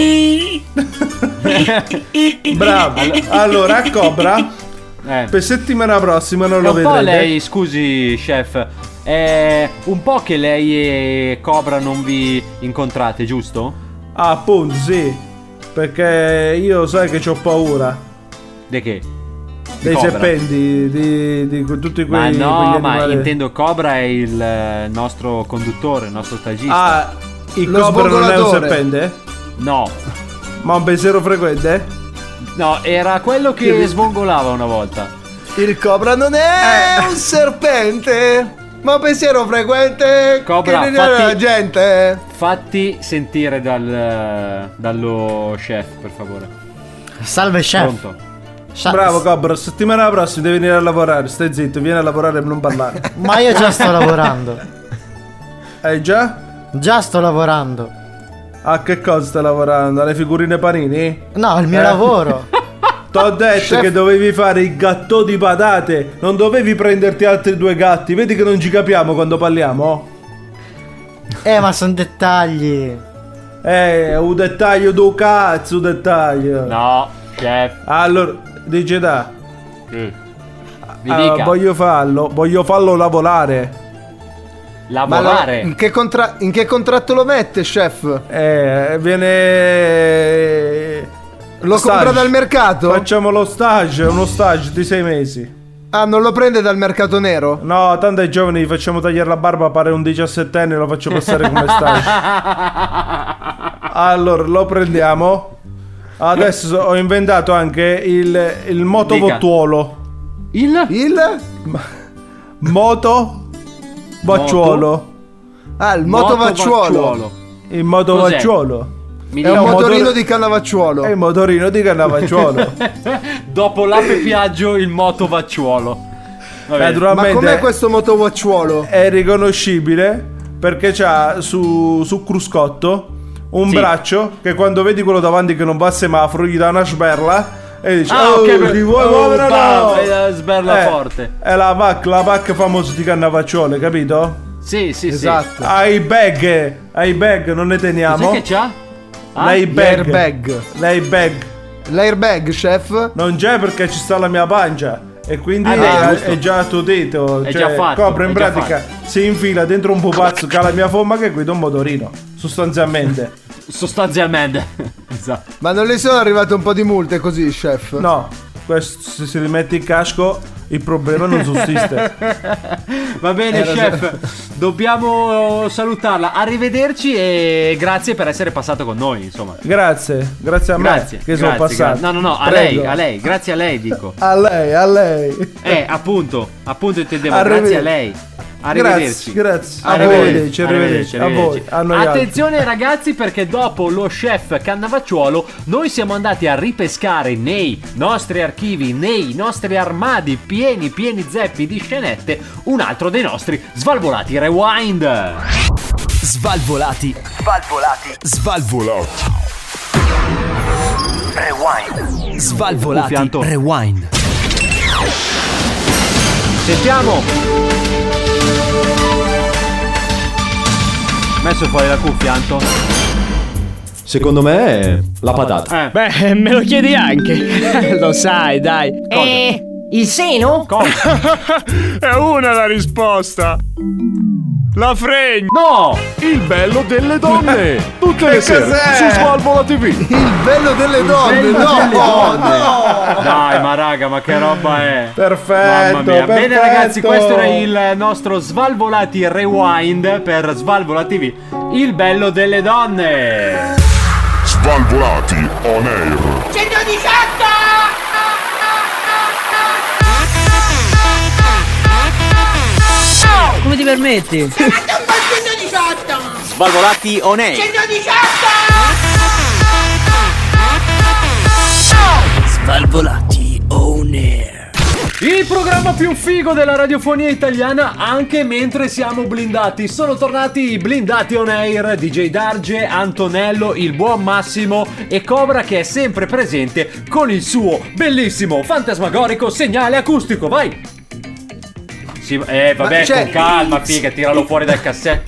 Bravo. Allora, a Cobra per settimana prossima non lo vedrete. Un po' lei, scusi chef, è un po' che lei e Cobra non vi incontrate, giusto? Ah, appunto, sì. Perché io sai che c'ho paura. Di che? Dei serpenti, di tutti quei. Ma intendo Cobra è il nostro conduttore, il nostro stagista. Ah, il Cobra non è un serpente? No. Ma un pensiero frequente? No, era quello che svongolava una volta. Il Cobra non è un serpente, ma un pensiero frequente. Cobra, che la gente. Fatti sentire dallo chef, per favore. Salve chef. Pronto. Bravo Cobra, settimana prossima devi venire a lavorare. Stai zitto, vieni a lavorare e non parlare. Ma io già sto lavorando. Già? Già sto lavorando. A che cosa stai lavorando? Alle figurine panini? No, al mio lavoro. T'ho detto che dovevi fare il gatto di patate. Non dovevi prenderti altri 2 gatti. Vedi che non ci capiamo quando parliamo? Ma sono dettagli. Un dettaglio do cazzo, un dettaglio. No, chef. Allora, dice da. Mi dica. Voglio farlo lavorare. Lavorare? In che contratto lo mette, chef? Viene. Lo compra dal mercato? Facciamo uno stage di 6 mesi. Ah, non lo prende dal mercato nero? No, tanto ai giovani gli facciamo tagliare la barba, pare un 17enne e lo faccio passare come stage. Allora, lo prendiamo. Adesso ho inventato anche il motovottuolo. Il? Motovacciuolo. Ah, il motovacciuolo. Il motovacciuolo. È un motorino di Cannavacciuolo. È il motorino di Cannavacciuolo. Dopo l'ape Piaggio, il motovacciuolo. Ma com'è questo motovacciuolo? È riconoscibile perché c'ha su cruscotto un braccio che quando vedi quello davanti che non va a semaforo gli dà una sberla e dice ti vuoi muovere o no? Sberla forte. È la PAC famosa di Cannavacciuolo, capito? Sì, esatto. Ai bag non ne teniamo. Cos'è che c'ha? L'airbag, chef? Non c'è perché ci sta la mia pancia e quindi è già attutito. È già fatto. Copre in pratica si infila dentro un pupazzo che ha la mia forma che guida un motorino. Sostanzialmente. Esatto. Ma non le sono arrivate un po' di multe così, chef? No, se si rimette il casco il problema non sussiste. Va bene, chef, dobbiamo salutarla. Arrivederci e grazie per essere passato con noi, insomma. Grazie a me che sono passato. No, a lei, grazie a lei dico. A lei. Appunto intendevo, grazie a lei. Arrivederci. Grazie. Arrivederci. A voi. Attenzione ragazzi, perché dopo lo chef Cannavacciuolo noi siamo andati a ripescare nei nostri archivi, nei nostri armadi pieni zeppi di scenette, un altro dei nostri Svalvolati Rewind. Svalvolati Rewind. Svalvolati Rewind. Sentiamo. Messo fuori la cuffia, Anto? Secondo me è la patata. Beh, me lo chiedi anche. Lo sai, dai. Il seno? È una la risposta. La fregna. No! Il bello delle donne. Tutte le sere su Svalvola TV. Il bello delle donne. No. Dai, ma raga, ma che roba è? Perfetto. Mamma mia. Bene ragazzi, questo era il nostro Svalvolati Rewind per Svalvola TV. Il bello delle donne. Svalvolati on air. 118! Come ti permetti? Svalvolati on air. 118! Svalvolati on air. Il programma più figo della radiofonia italiana, anche mentre siamo blindati. Sono tornati i Blindati on air, DJ Darge, Antonello, il buon Massimo e Cobra che è sempre presente con il suo bellissimo fantasmagorico segnale acustico. Vai! Sì, vabbè, con calma, figa, tiralo fuori dal cassetto.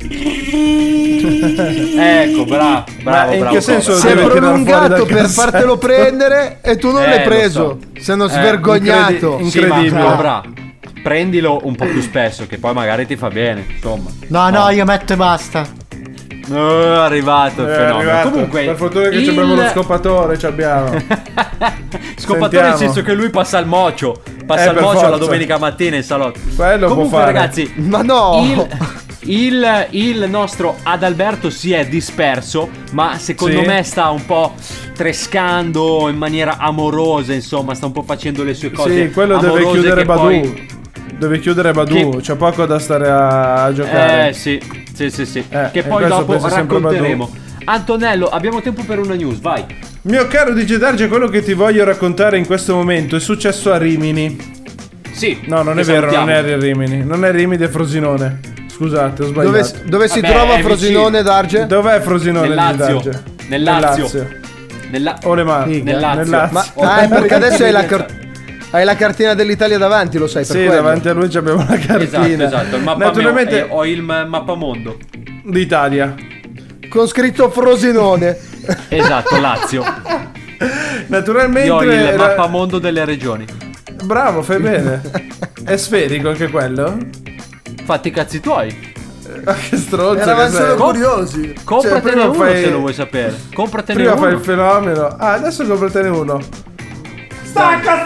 Ecco, bravo. In che senso si è prolungato per fartelo prendere e tu non l'hai preso? So. Se non svergognato. Incredibile. Sì, ma prendilo un po' più spesso, che poi magari ti fa bene, insomma. No, io metto e basta. È arrivato il fenomeno. Comunque, per fortuna che abbiamo lo scopatore, Scopatore nel senso che lui passa il mocio. Passa il mocio la domenica mattina in salotto. Quello comunque può fare. Ragazzi, ma no, il nostro Adalberto si è disperso, ma secondo me sta un po' trescando in maniera amorosa, insomma, sta un po' facendo le sue cose. Sì, quello deve chiudere Badu. Deve chiudere Badu, c'è poco da stare a giocare. Sì. Che poi dopo racconteremo. Antonello, abbiamo tempo per una news, vai. Mio caro DJ Darge, quello che ti voglio raccontare in questo momento è successo a Rimini. Sì. No, non è vero, non è a Rimini. Non è Rimini, è Frosinone. Scusate, ho sbagliato. Dove si trova Frosinone, Darge? Dov'è Frosinone, Darge? Nel Lazio. O le mani. Nel Lazio. Perché adesso hai la cartina dell'Italia davanti, lo sai, per quello. Davanti a lui abbiamo la cartina. Esatto, il mappa naturalmente ho il mappamondo d'Italia con scritto Frosinone. Esatto, Lazio. Naturalmente io ho il mappamondo delle regioni. Bravo, fai bene. È sferico anche quello? Fatti i cazzi tuoi. Che stronzo. Eravamo solo curiosi. Compratene uno se lo vuoi sapere. Compratene prima uno. Fai il fenomeno. Adesso compratene uno. Stacca!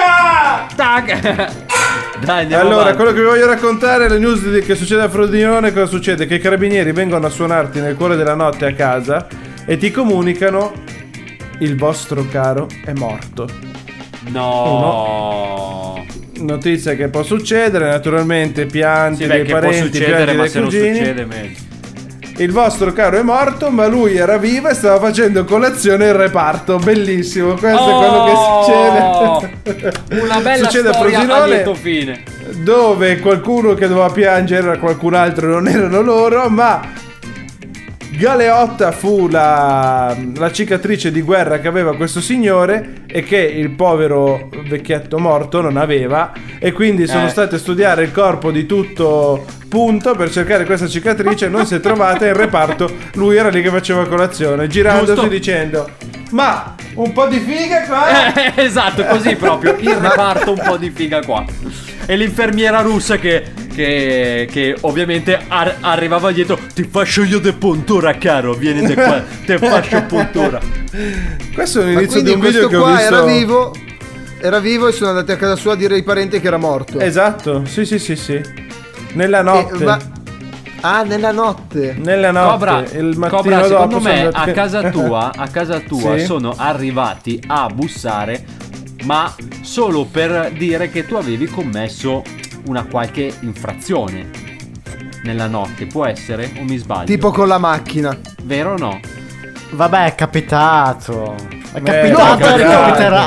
Dai, andiamo allora, avanti. quello che vi voglio raccontare è la news che succede a Frosinone. Cosa succede? Che i carabinieri vengono a suonarti nel cuore della notte a casa e ti comunicano: il vostro caro è morto. No. Notizia che può succedere, naturalmente pianti dei parenti, può succedere, pianti ma dei se cugini. non succede meglio. il vostro caro è morto, ma lui era vivo e stava facendo colazione in reparto. Bellissimo, questo è quello che succede. Una bella succede storia a Frosinone, a lieto fine. dove qualcuno che doveva piangere era qualcun altro, non erano loro, ma Galeotta fu la cicatrice di guerra che aveva questo signore e che il povero vecchietto morto non aveva, e quindi sono state a studiare il corpo di tutto punto per cercare questa cicatrice. Non si è trovata in reparto, lui era lì che faceva colazione, girandosi dicendo: ma un po' di figa qua? Esatto, così proprio, in reparto un po' di figa qua. E l'infermiera russa che ovviamente arrivava dietro: ti faccio io de puntura, caro, vieni da qua, te faccio puntura. Questo è l'inizio di un video che ho visto. Era vivo e sono andati a casa sua a dire ai parenti che era morto. Esatto, sì. Nella notte. Nella notte. Cobra, il mattino Cobra, dopo secondo me andati... a casa tua sì? sono arrivati a bussare, ma solo per dire che tu avevi commesso una qualche infrazione nella notte. Può essere? O mi sbaglio? Tipo con la macchina. Vero o no? Vabbè, è capitato. È capitato e ricapiterà.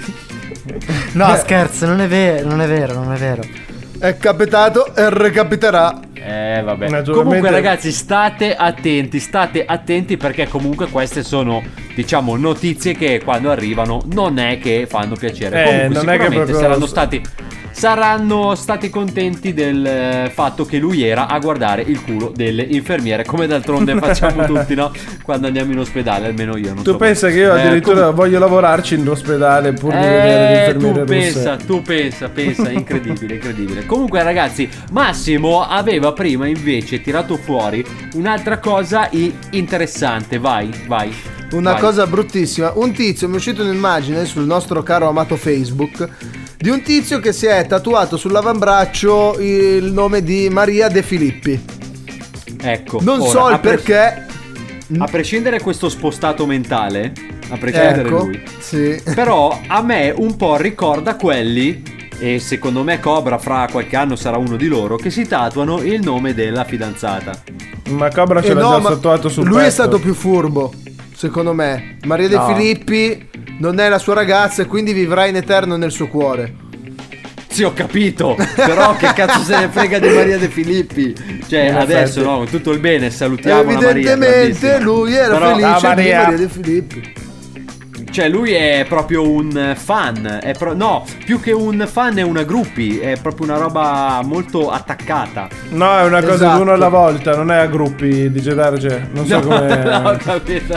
No, scherzo, non è vero. È capitato e recapiterà. Vabbè. Comunque ragazzi, state attenti perché comunque queste sono, diciamo, notizie che quando arrivano non è che fanno piacere. Comunque non sicuramente è che proprio saranno stati contenti del fatto che lui era a guardare il culo delle infermiere, come d'altronde facciamo tutti, no? Quando andiamo in ospedale, almeno io non tu pensa che io addirittura voglio lavorarci in ospedale pur di vedere le infermiere tu pensa, incredibile. Comunque ragazzi, Massimo aveva prima invece tirato fuori un'altra cosa interessante. Vai. Una cosa bruttissima. Un tizio, mi è uscita un'immagine sul nostro caro amato Facebook di un tizio che si è tatuato sull'avambraccio il nome di Maria De Filippi. Ecco. Non so il perché. A prescindere questo spostato mentale, a prescindere lui. Sì. Però a me un po' ricorda quelli, e secondo me Cobra fra qualche anno sarà uno di loro, che si tatuano il nome della fidanzata. Ma Cobra ce l'ha già tatuato sul petto. Lui è stato più furbo, secondo me. Maria De Filippi non è la sua ragazza e quindi vivrà in eterno nel suo cuore. Sì, ho capito. Però che cazzo se ne frega di Maria De Filippi? Cioè, adesso no, tutto il bene, salutiamo la Maria. Evidentemente lui era felice di Maria De Filippi. Cioè lui è proprio un fan, no, più che un fan è una groupie, è proprio una roba molto attaccata. No, è una cosa di uno alla volta, non è a gruppi, dice Darge. Non so come. No, ho capito.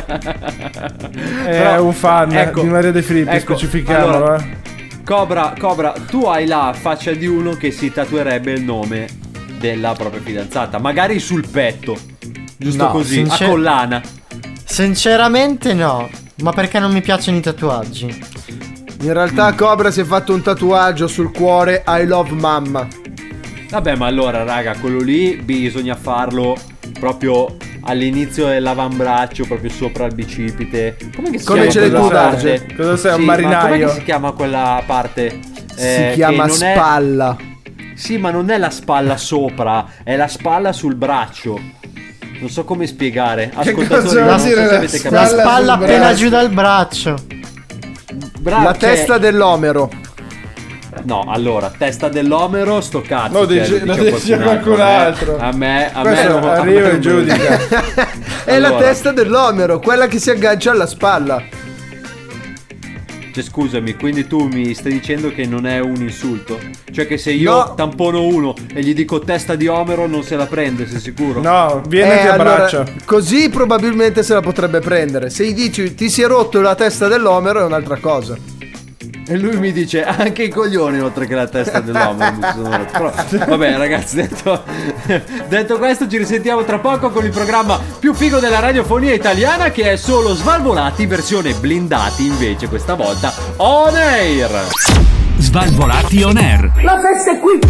È un fan di Maria De Filippi, specifichiamolo. Allora, Cobra, tu hai la faccia di uno che si tatuerebbe il nome della propria fidanzata, magari sul petto, giusto così, a collana. Sinceramente no, ma perché non mi piacciono i tatuaggi. In realtà Cobra si è fatto un tatuaggio sul cuore I love mamma. Vabbè, ma allora raga, quello lì bisogna farlo proprio all'inizio dell'avambraccio, proprio sopra il bicipite. Come ce l'hai tu, Darge? Cosa sei, un marinaio? Come si chiama quella parte? Si chiama spalla. Sì, ma non è la spalla sopra, è la spalla sul braccio. Non so come spiegare. Ascoltatori, non so se avete capito. La spalla appena giù dal braccio. La testa dell'omero. No, allora, testa dell'omero, sto cazzo. No, dice qualcun altro. A me arriva e giudica. È la testa dell'omero, quella che si aggancia alla spalla. Cioè, scusami, quindi tu mi stai dicendo che non è un insulto? Cioè che se io tampono uno e gli dico testa di Omero non se la prende, sei sicuro? No, viene e ti abbraccia. Allora, così probabilmente se la potrebbe prendere. Se gli dici ti si è rotto la testa dell'Omero è un'altra cosa. E lui mi dice anche i coglioni oltre che la testa dell'uomo. Però vabbè ragazzi, detto questo, ci risentiamo tra poco con il programma più figo della radiofonia italiana, che è solo Svalvolati versione blindati, invece questa volta on air. Svalvolati on air. La festa è qui.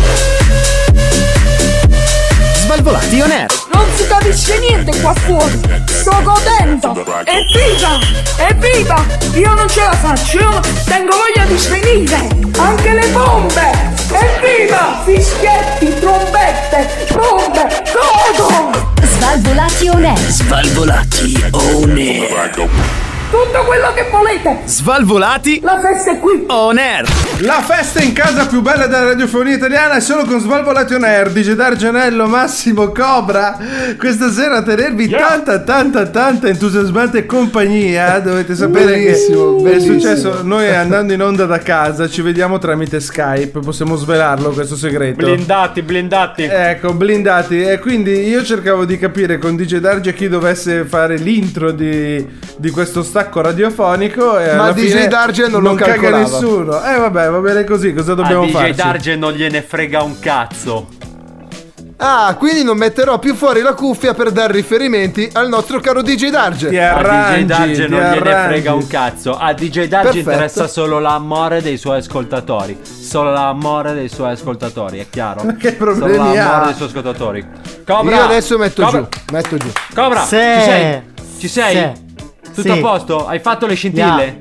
Svalvolati on air. Non si capisce niente qua fuori. Sto godendo. Evviva! Evviva! Io non ce la faccio. Io tengo voglia di svenire. Anche le bombe. Evviva! Fischietti, trombette, bombe. Godo! Svalvolati on air. Svalvolati on air. Tutto quello che volete. Svalvolati. La festa è qui. On air. La festa in casa più bella della radiofonia italiana è solo con Svalvolati on air. DJ Dargenello, Massimo, Cobra. Questa sera a tenervi tanta entusiasmante compagnia. Dovete sapere bellissimo. È successo. Noi andando in onda da casa ci vediamo tramite Skype. Possiamo svelarlo questo segreto. Blindati. Ecco, blindati. E quindi io cercavo di capire con DJ Darge chi dovesse fare l'intro di questo stacco radiofonico. E ma DJ Darge non lo caga nessuno. Vabbè, va bene così. Cosa dobbiamo fare? DJ Darge non gliene frega un cazzo. Ah, quindi non metterò più fuori la cuffia per dare riferimenti al nostro caro DJ Darge. A DJ Darge non gliene frega un cazzo. A DJ Darge interessa solo l'amore dei suoi ascoltatori. Solo l'amore dei suoi ascoltatori, è chiaro? Ma che problemi solo l'amore ha? dei suoi ascoltatori. Cobra, io adesso metto giù. Cobra, ci sei? Tutto sì. a posto? Hai fatto le scintille?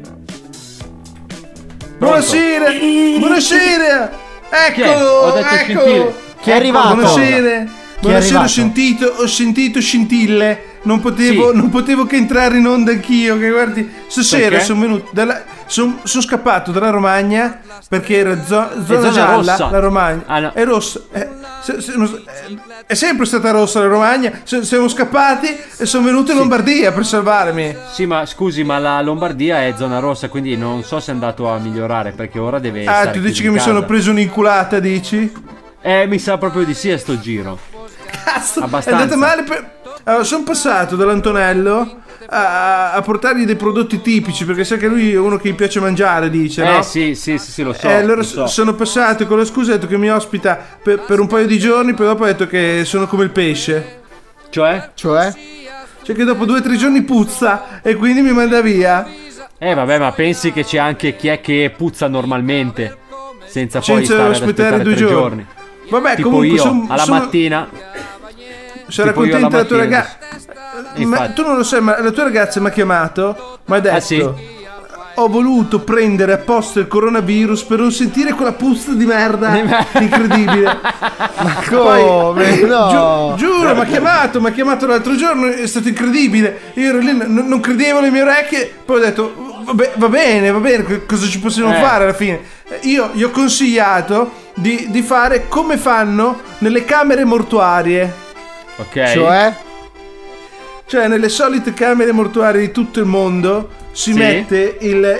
Buonasera. Eccolo. Ho detto scintille. Chi è arrivato? Buonasera, ho sentito scintille. Non potevo che entrare in onda anch'io. Che guardi, stasera sono venuto sono scappato dalla Romagna perché era zona gialla. Rossa. La Romagna è rossa. È sempre stata rossa la Romagna. Siamo scappati e sono venuto in Lombardia per salvarmi. Sì, ma scusi, ma la Lombardia è zona rossa, quindi non so se è andato a migliorare, perché ora deve stare tu dici che in mi casa. sono preso un'inculata, dici? Mi sa proprio di sì a sto giro. Cazzo, abbastanza. è andata male sono passato dall'Antonello a portargli dei prodotti tipici, perché sa che lui è uno che gli piace mangiare, dice, no? Sì, lo so. Allora lo so. sono passato con la scusa, ha detto che mi ospita per un paio di giorni, poi dopo ha detto che sono come il pesce. Cioè che dopo 2 o 3 giorni puzza e quindi mi manda via. Vabbè, ma pensi che c'è anche chi è che puzza normalmente senza poi stare ad aspettare 2 giorni. Vabbè, tipo comunque io alla mattina sarà contenta la tua ragazza. Ma tu non lo sai, ma la tua ragazza mi ha chiamato, mi ha detto sì? Ho voluto prendere apposta il coronavirus per non sentire quella puzza di merda incredibile. Ma come? No. Giuro, mi ha chiamato l'altro giorno, è stato incredibile. Io ero lì, non credevo le mie orecchie. Poi ho detto va bene, cosa ci possiamo fare alla fine? Io gli ho consigliato di fare come fanno nelle camere mortuarie. Ok. Cioè nelle solite camere mortuarie di tutto il mondo si mette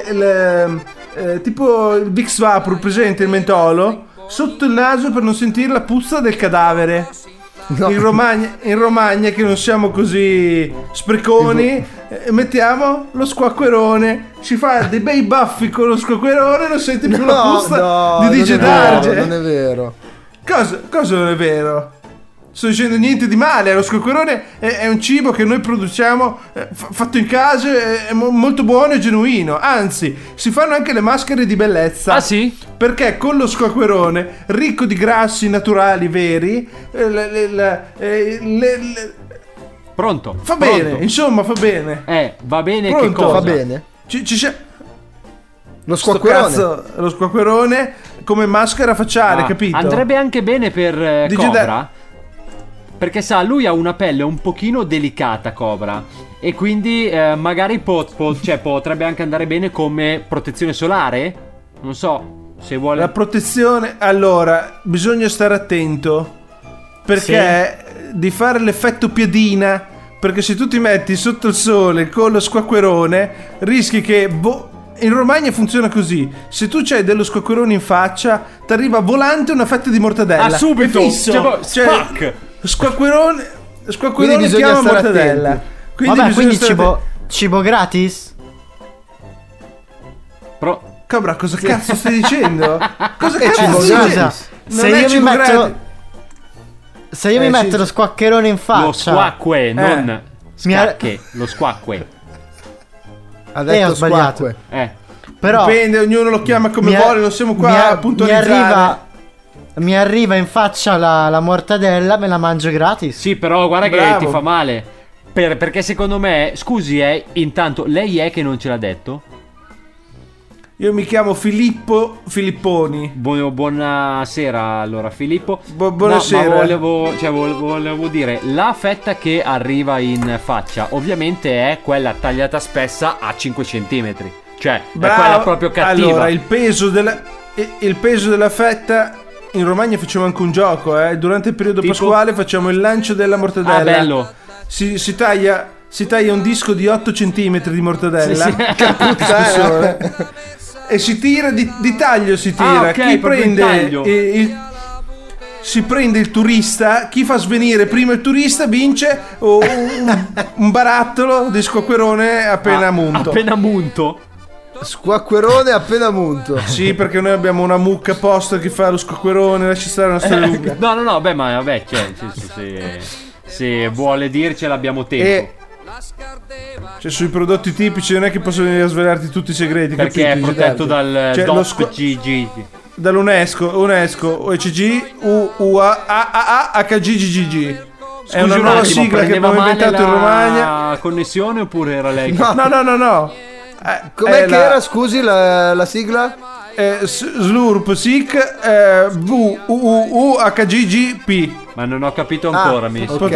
tipo il Vicks Vapor, presente, il mentolo, sotto il naso per non sentire la puzza del cadavere. No. In Romagna che non siamo così spreconi, mettiamo lo squacquerone, si fa dei bei baffi con lo squacquerone e non senti più la puzza di DJ Darge. Non è vero. Cosa non è vero? Sto dicendo niente di male. Lo squacquerone è un cibo che noi produciamo, fatto in casa, è molto buono e genuino. Anzi, si fanno anche le maschere di bellezza. Ah sì? Perché con lo squacquerone, ricco di grassi naturali veri, Pronto? Fa bene, insomma, fa bene. Va bene. Pronto? Che cosa? Va bene. Lo squacquerone. Lo squacquerone come maschera facciale, capito? Andrebbe anche bene per Cobra. Perché sa, lui ha una pelle un pochino delicata, Cobra. E quindi magari potrebbe anche andare bene come protezione solare. Non so, se vuole. La protezione, allora, bisogna stare attento. Perché di fare l'effetto piadina. Perché se tu ti metti sotto il sole con lo squacquerone, rischi che in Romagna funziona così: se tu c'hai dello squacquerone in faccia, ti arriva volante una fetta di mortadella. Subito! Spac! Squacquerone chiama mortadella. Quindi cibo gratis? Cobra, cosa cazzo stai dicendo? Cosa cazzo cibo stai dicendo? Se io mi metto lo squaccherone in faccia. Lo squacque, non scacche, lo squacque. Ha detto ho sbagliato. Però dipende, ognuno lo chiama come vuole, non siamo qua a puntualizzare. Mi arriva in faccia la mortadella, me la mangio gratis. Sì, però guarda che ti fa male. Perché secondo me, scusi, intanto lei è che non ce l'ha detto? Io mi chiamo Filippo Filipponi. Buonasera allora Filippo. Buonasera. No, ma volevo dire, la fetta che arriva in faccia ovviamente è quella tagliata spessa a 5 centimetri. Cioè, bravo, è quella proprio cattiva. Allora, il peso della fetta, in Romagna facciamo anche un gioco, durante il periodo pasquale facciamo il lancio della mortadella. Ah, bello. Si taglia un disco di 8 cm di mortadella. Sì. Che puttana. E si tira di taglio, si tira. Ah, okay, chi prende si prende il turista, chi fa svenire prima il turista vince un barattolo di squacquerone appena munto. Appena munto? Squacquerone appena munto. Sì, perché noi abbiamo una mucca apposta che fa lo squacquerone, lascia stare una storia lunga. No, vabbè, cioè, se vuole dircela abbiamo tempo. Cioè, sui prodotti tipici non è che posso venire a svelarti tutti i segreti, perché capito? è protetto dal DOP-GG, dall'UNESCO, OECD, UAAA, HGGG. È una nuova sigla che abbiamo inventato in Romagna. La connessione oppure era lei? No. Com'è che era, scusi, la sigla? Slurp Sic VUUHGGP. Ma non ho capito ancora.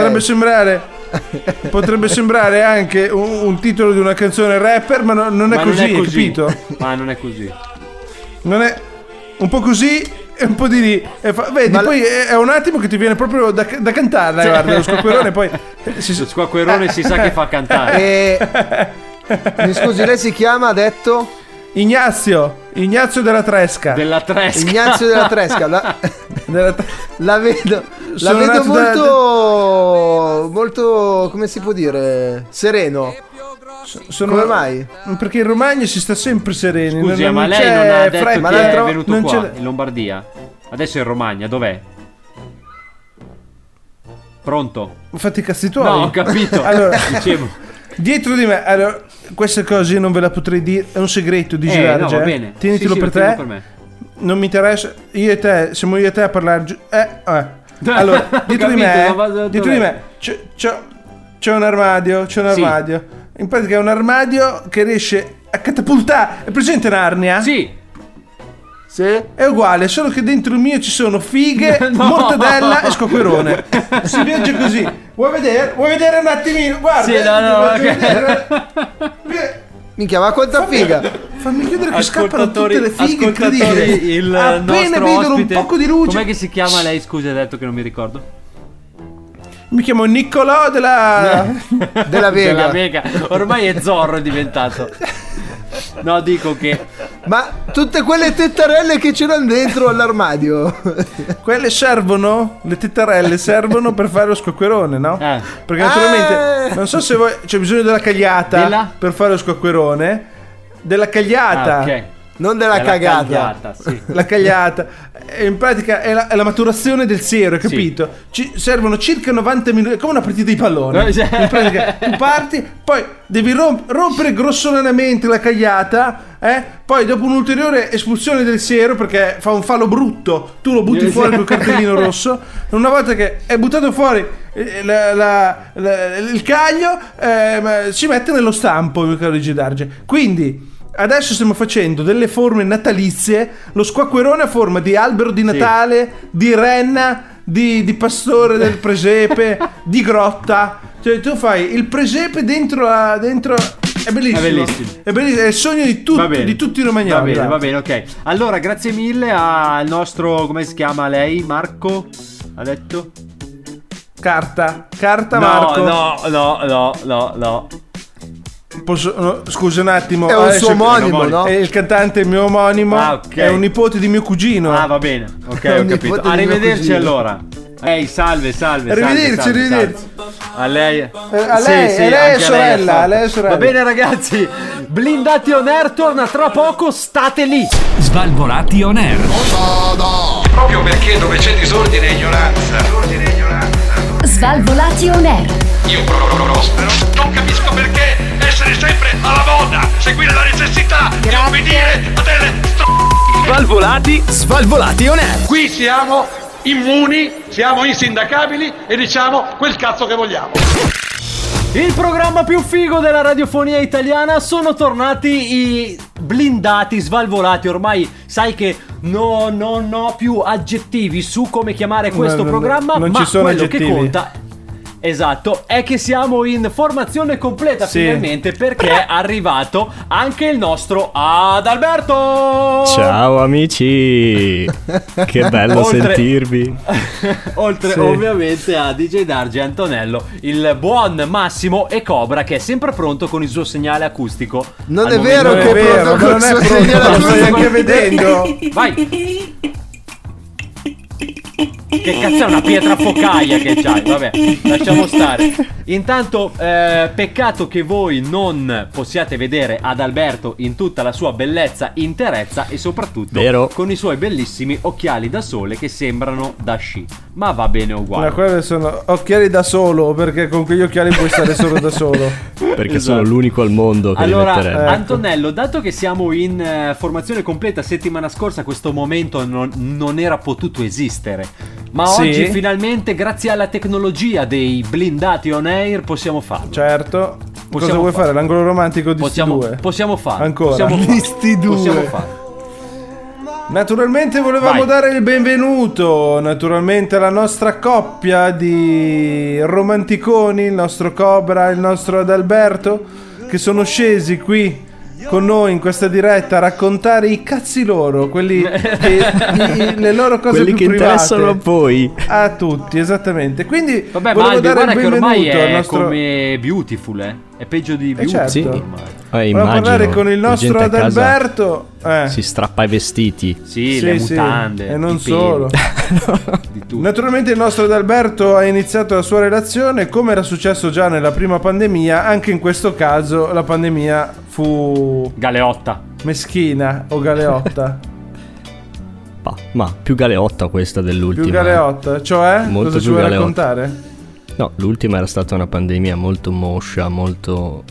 Potrebbe sembrare anche un titolo di una canzone rapper, ma non è così, capito? Ma non è così. Non è un po' così e un po' di lì. Vedi, poi è un attimo che ti viene proprio da cantarla, guarda, lo squacquerone poi lo squacquerone si sa che fa cantare. Mi scusi, lei si chiama, ha detto? Ignazio della Tresca. Ignazio della Tresca. La vedo molto, come si può dire, sereno. Come mai? Perché in Romagna si sta sempre sereni. Scusi, ma lei non ha detto che è venuto qua in Lombardia. Adesso è in Romagna, dov'è? Pronto? Fatti i cazzi tuoi. No, ho capito. Allora, dicevo, dietro di me, allora, queste cose io non ve la potrei dire, è un segreto di girare. No, va bene. Tienitelo per te. Per me. Non mi interessa. Siamo io e te a parlare. Allora, dietro di me c'è un armadio. In pratica è un armadio che riesce a catapultare. È presente Narnia? Sì. È uguale, solo che dentro il mio ci sono fighe, mortadella e squacquerone. Si viaggia così. Vuoi vedere un attimino? Guarda. Minchia, ma quanta figa! Fammi chiudere che scappano tutte le fighe, incredibili. Appena vedono un poco di luce. Com'è che si chiama lei? Scusi, ha detto che non mi ricordo. Mi chiamo Niccolò della Vega. Ormai è Zorro è diventato. No, dico che. Ma tutte quelle tettarelle che c'erano dentro all'armadio, quelle servono, le tettarelle servono per fare lo squacquerone, no? Perché naturalmente non so se voi c'è bisogno della cagliata per fare lo squacquerone. Della cagliata. Ok. Non della cagata. Sì. La cagliata. In pratica è la maturazione del siero, hai capito? Ci servono circa 90 minuti. È come una partita di pallone. In pratica tu parti, poi devi rompere grossolanamente la cagliata. Poi dopo un'ulteriore espulsione del siero, perché fa un fallo brutto, tu lo butti fuori col cartellino rosso. Una volta che è buttato fuori il caglio, si mette nello stampo, mio caro Luigi Darge. Quindi adesso stiamo facendo delle forme natalizie. Lo squacquerone a forma di albero di Natale, di renna, di pastore del presepe, di grotta. Cioè tu fai il presepe dentro. È bellissimo. È il sogno di tutti i romagnoli. Va bene, ok. Allora, grazie mille al nostro, come si chiama lei? Marco? Ha detto? Carta Marco. No. Scusa un attimo. È un suo omonimo, no? È il cantante, il mio omonimo. Okay. È un nipote di mio cugino. Va bene. Ok, ho capito. Arrivederci allora. Ehi, salve. Arrivederci. A lei. Lei è sorella. Va bene, ragazzi. Blindati on air torna tra poco. State lì. Svalvolati on air. Proprio perché dove c'è disordine e ignoranza. Svalvolati on air. Io prospero. Non capisco perché essere sempre alla moda, seguire la necessità di obbedire a delle Svalvolati on air. Qui siamo immuni, siamo insindacabili e diciamo quel cazzo che vogliamo. Il programma più figo della radiofonia italiana, sono tornati i blindati, svalvolati. Ormai sai che non ho più aggettivi su come chiamare questo programma, non ma ci sono quello aggettivi. che conta, esatto, è che siamo in formazione completa finalmente, perché è arrivato anche il nostro Adalberto. Ciao amici, che bello sentirvi. Oltre ovviamente a DJ Dargi, Antonello, il buon Massimo e Cobra, che è sempre pronto con il suo segnale acustico. Non è vero che è pronto con il suo segnale acustico. Lo stai anche vedendo. Vai. Che cazzo è una pietra focaia che c'hai? Vabbè, lasciamo stare. Intanto peccato che voi non possiate vedere Adalberto in tutta la sua bellezza, interezza e soprattutto con i suoi bellissimi occhiali da sole che sembrano da sci. Ma va bene uguale. Ma quelli sono occhiali da solo, perché con quegli occhiali puoi stare solo da solo. Perché sono l'unico al mondo che allora, li metterebbe. Antonello, dato che siamo in formazione completa, settimana scorsa questo momento non era potuto esistere, ma oggi finalmente, grazie alla tecnologia dei blindati on air, possiamo farlo. Certo. Cosa vuoi fare? L'angolo romantico di sti due? Possiamo farlo. Ancora? Di sti due. Possiamo farlo. Naturalmente volevamo dare il benvenuto naturalmente alla nostra coppia di romanticoni, il nostro Cobra e il nostro Adalberto, che sono scesi qui con noi in questa diretta a raccontare i cazzi loro, quelli le loro cose quelli più che private interessano a voi, a tutti, esattamente. Quindi vabbè, volevo dare il che ormai benvenuto è al nostro... come Beautiful, è peggio di Beautiful. Certo. Volevo parlare con il nostro Adalberto. Si strappa i vestiti. Sì, le mutande. E non solo. Naturalmente il nostro Adalberto ha iniziato la sua relazione, come era successo già nella prima pandemia. Anche in questo caso la pandemia fu galeotta, meschina o galeotta. Ma più galeotta questa dell'ultima. Più galeotta, cioè? Molto cosa ci vuoi raccontare? No, l'ultima era stata una pandemia molto moscia, molto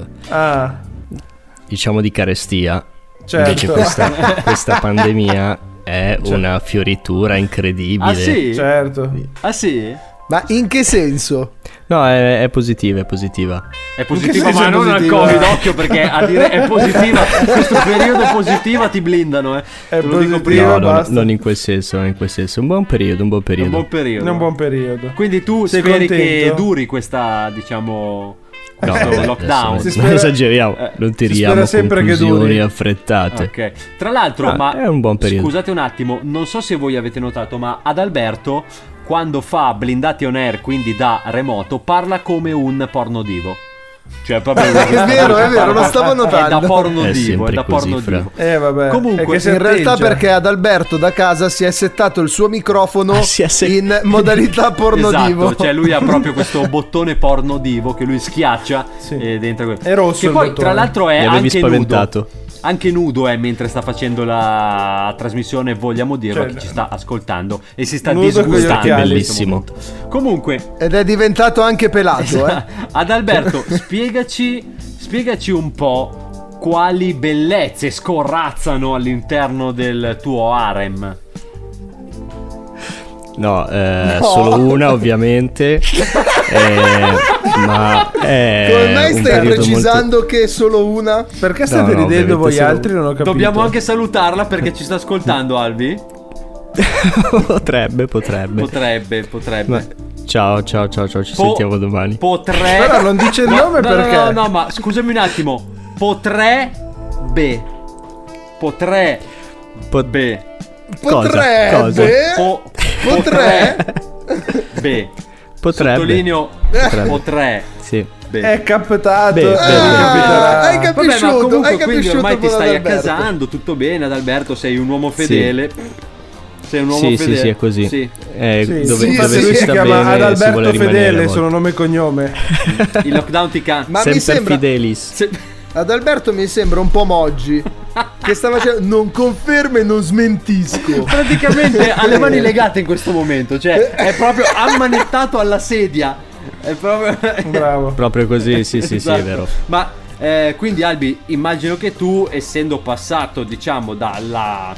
diciamo di carestia. Certo. Invece questa pandemia è una fioritura incredibile. Ah sì? Certo. Ah sì? Ma in che senso? No, è positiva, è positiva. È positiva, ma non al Covid, occhio, perché a dire è positiva, questo periodo positiva ti blindano, È positiva, no, non in quel senso, non in quel senso. Un buon periodo. Un buon periodo. Quindi tu sei speri contento? Che duri questa, diciamo, questo lockdown. Non esageriamo, non tiriamo conclusioni affrettate. Ok. Tra l'altro, ma è un buon periodo. Scusate un attimo, non so se voi avete notato, ma Adalberto, quando fa blindati on air, quindi da remoto, parla come un pornodivo. Cioè proprio è vero, lo stavo notando. È da pornodivo, è da pornodivo. Vabbè. Comunque, in realtà perché Adalberto da casa si è settato il suo microfono in modalità pornodivo. Esatto, cioè lui ha proprio questo bottone pornodivo che lui schiaccia e dentro è rosso. Che poi tra l'altro è anche spaventato. nudo. Anche nudo mentre sta facendo la trasmissione, vogliamo dirlo, chi ci sta ascoltando e si sta disgustando. È bellissimo. Comunque, ed è diventato anche pelato. Adalberto, spiegaci un po' quali bellezze scorrazzano all'interno del tuo harem. No, solo una ovviamente. Ma come mai stai precisando che è solo una? Perché state ridendo voi altri? Non ho capito. Dobbiamo anche salutarla perché ci sta ascoltando, Albi. Potrebbe. Ma ciao, ci sentiamo domani. Però non dice il nome perché? No, ma scusami un attimo. Potrebbe. Sottolineo potrei. Sì. È captato. Hai capisciuto. Vabbè, ma comunque quindi ormai ti stai Adalberto. accasando, tutto bene Adalberto, sei un uomo fedele. Sei un uomo fedele. Sì, è così. Sì. Dove si sta chiama bene, Adalberto Fedele, sono nome e cognome. Il lockdown ti Ma sempre mi sembra Fidelis. Adalberto mi sembra un po' Moggi che sta facendo non confermo e non smentisco. Praticamente ha le mani legate in questo momento, cioè è proprio ammanettato alla sedia. È proprio bravo. Proprio così, sì, esatto. è vero. Ma quindi Albi, immagino che tu, essendo passato, diciamo, dalla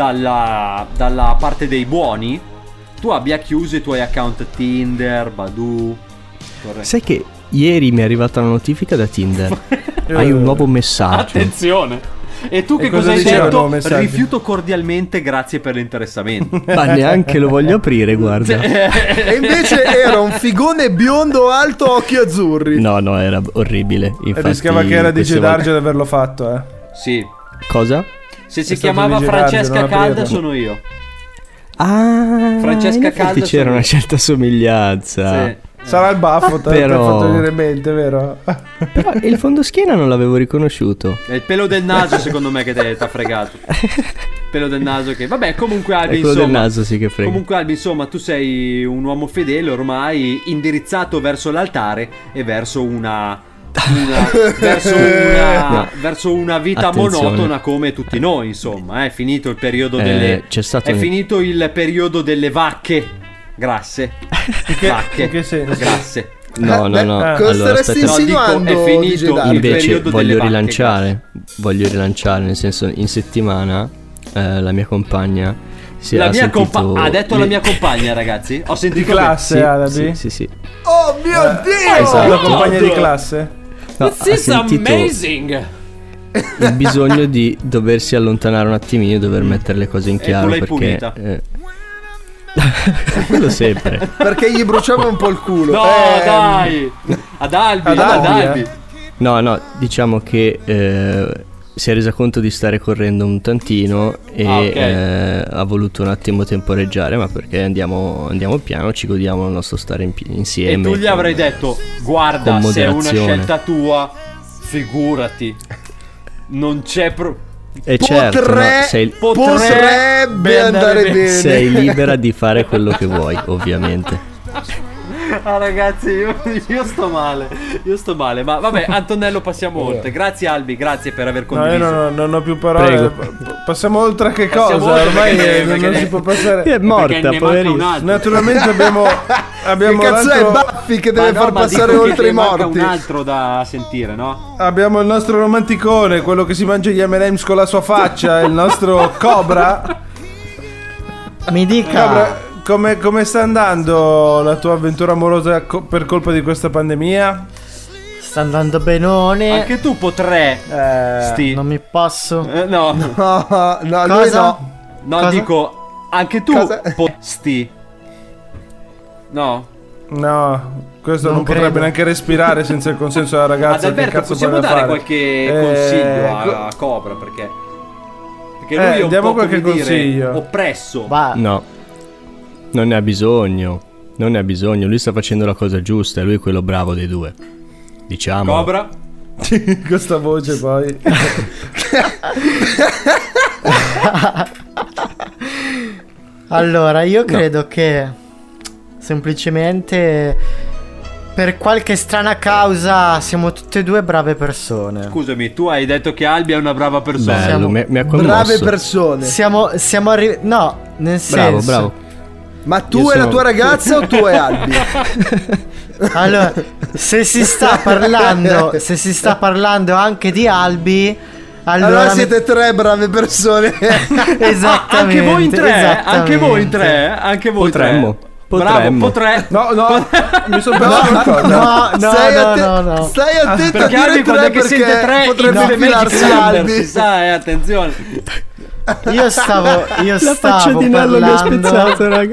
parte dei buoni, tu abbia chiuso i tuoi account Tinder, Badoo. Corretto. Sai che ieri mi è arrivata una notifica da Tinder. Hai un nuovo messaggio. Attenzione. E tu che cosa hai detto? Rifiuto cordialmente, grazie per l'interessamento. Ma neanche lo voglio aprire, guarda. E invece era un figone biondo alto, occhi azzurri. No, era orribile. Infatti, rischiava che era DJ Darge ad averlo fatto, Sì. Cosa? Se si chiamava Francesca Calda sono io. Francesca Calda c'era una certa somiglianza. Sì. Sarà il baffo, ti ha fatto venire in mente, vero? Però il fondoschiena non l'avevo riconosciuto. È il pelo del naso, secondo me, che ti ha fregato. Pelo del naso che... Vabbè, comunque Albi, insomma... del naso sì che frega. Comunque Albi, insomma, tu sei un uomo fedele ormai, indirizzato verso l'altare e verso verso una vita monotona come tutti noi, insomma. È finito il periodo delle... finito il periodo delle vacche grasse. Vacche in che senso? Grasse. No. Cosa staresti insinuando? È finito il invece periodo voglio delle rilanciare. Voglio rilanciare, nel senso, in settimana la mia compagna ha detto la mia compagna, ragazzi. Ho sentito di classe, sì. Oh mio Dio! Esatto. La compagna di classe. No, This is amazing. Il bisogno di doversi allontanare un attimino e dover mettere le cose in chiaro, perché quello sempre. Perché gli bruciava un po' il culo. No, dai. Ad Albi. No, diciamo che si è resa conto di stare correndo un tantino e ha voluto un attimo temporeggiare, ma perché andiamo piano, ci godiamo il nostro stare insieme. E tu gli avrai detto: guarda, se è una scelta tua, figurati, non c'è potrebbe andare bene. Sei libera di fare quello che vuoi, ovviamente. Ragazzi, io sto male. Ma vabbè, Antonello, passiamo oltre. Grazie Albi, grazie per aver condiviso. No, io non ho più parole. Passiamo oltre a che cosa? Ormai non si può passare. È morta, poverina. Naturalmente abbiamo che cazzo è Buffy che deve far passare oltre i morti? Un altro da sentire, no? Abbiamo il nostro romanticone, quello che si mangia gli M&M's con la sua faccia, il nostro Cobra. Mi dica Cobra, come sta andando la tua avventura amorosa per colpa di questa pandemia? Sta andando benone. Anche tu potresti. Non mi posso. No. Cosa? No, dico, anche tu potresti. No, questo non potrebbe neanche respirare senza il consenso della ragazza. Adalberto, possiamo dare qualche consiglio a Cobra? Perché lui è un diamo po', qualche come consiglio. dire, oppresso. No, non ne ha bisogno. Lui sta facendo la cosa giusta. Lui è quello bravo dei due, diciamo. Cobra? Questa voce poi. Allora, io credo che semplicemente per qualche strana causa siamo tutte e due brave persone. Scusami, tu hai detto che Albi è una brava persona. Bello, mi ha commosso. Brave persone. Siamo no, nel senso. Bravo. Ma tu e la tua ragazza o tu e Albi? Allora, se si sta parlando anche di Albi, allora siete tre brave persone. Esattamente. Anche voi in tre? Anche voi Potremmo. Bravo, No, mi sono perso No. Stai attento perché a Albi dire quando tre che sente tre potrebbe infilarsi Albi. Si sa, attenzione. Io stavo La faccia di Nello mi ha spezzato, raga.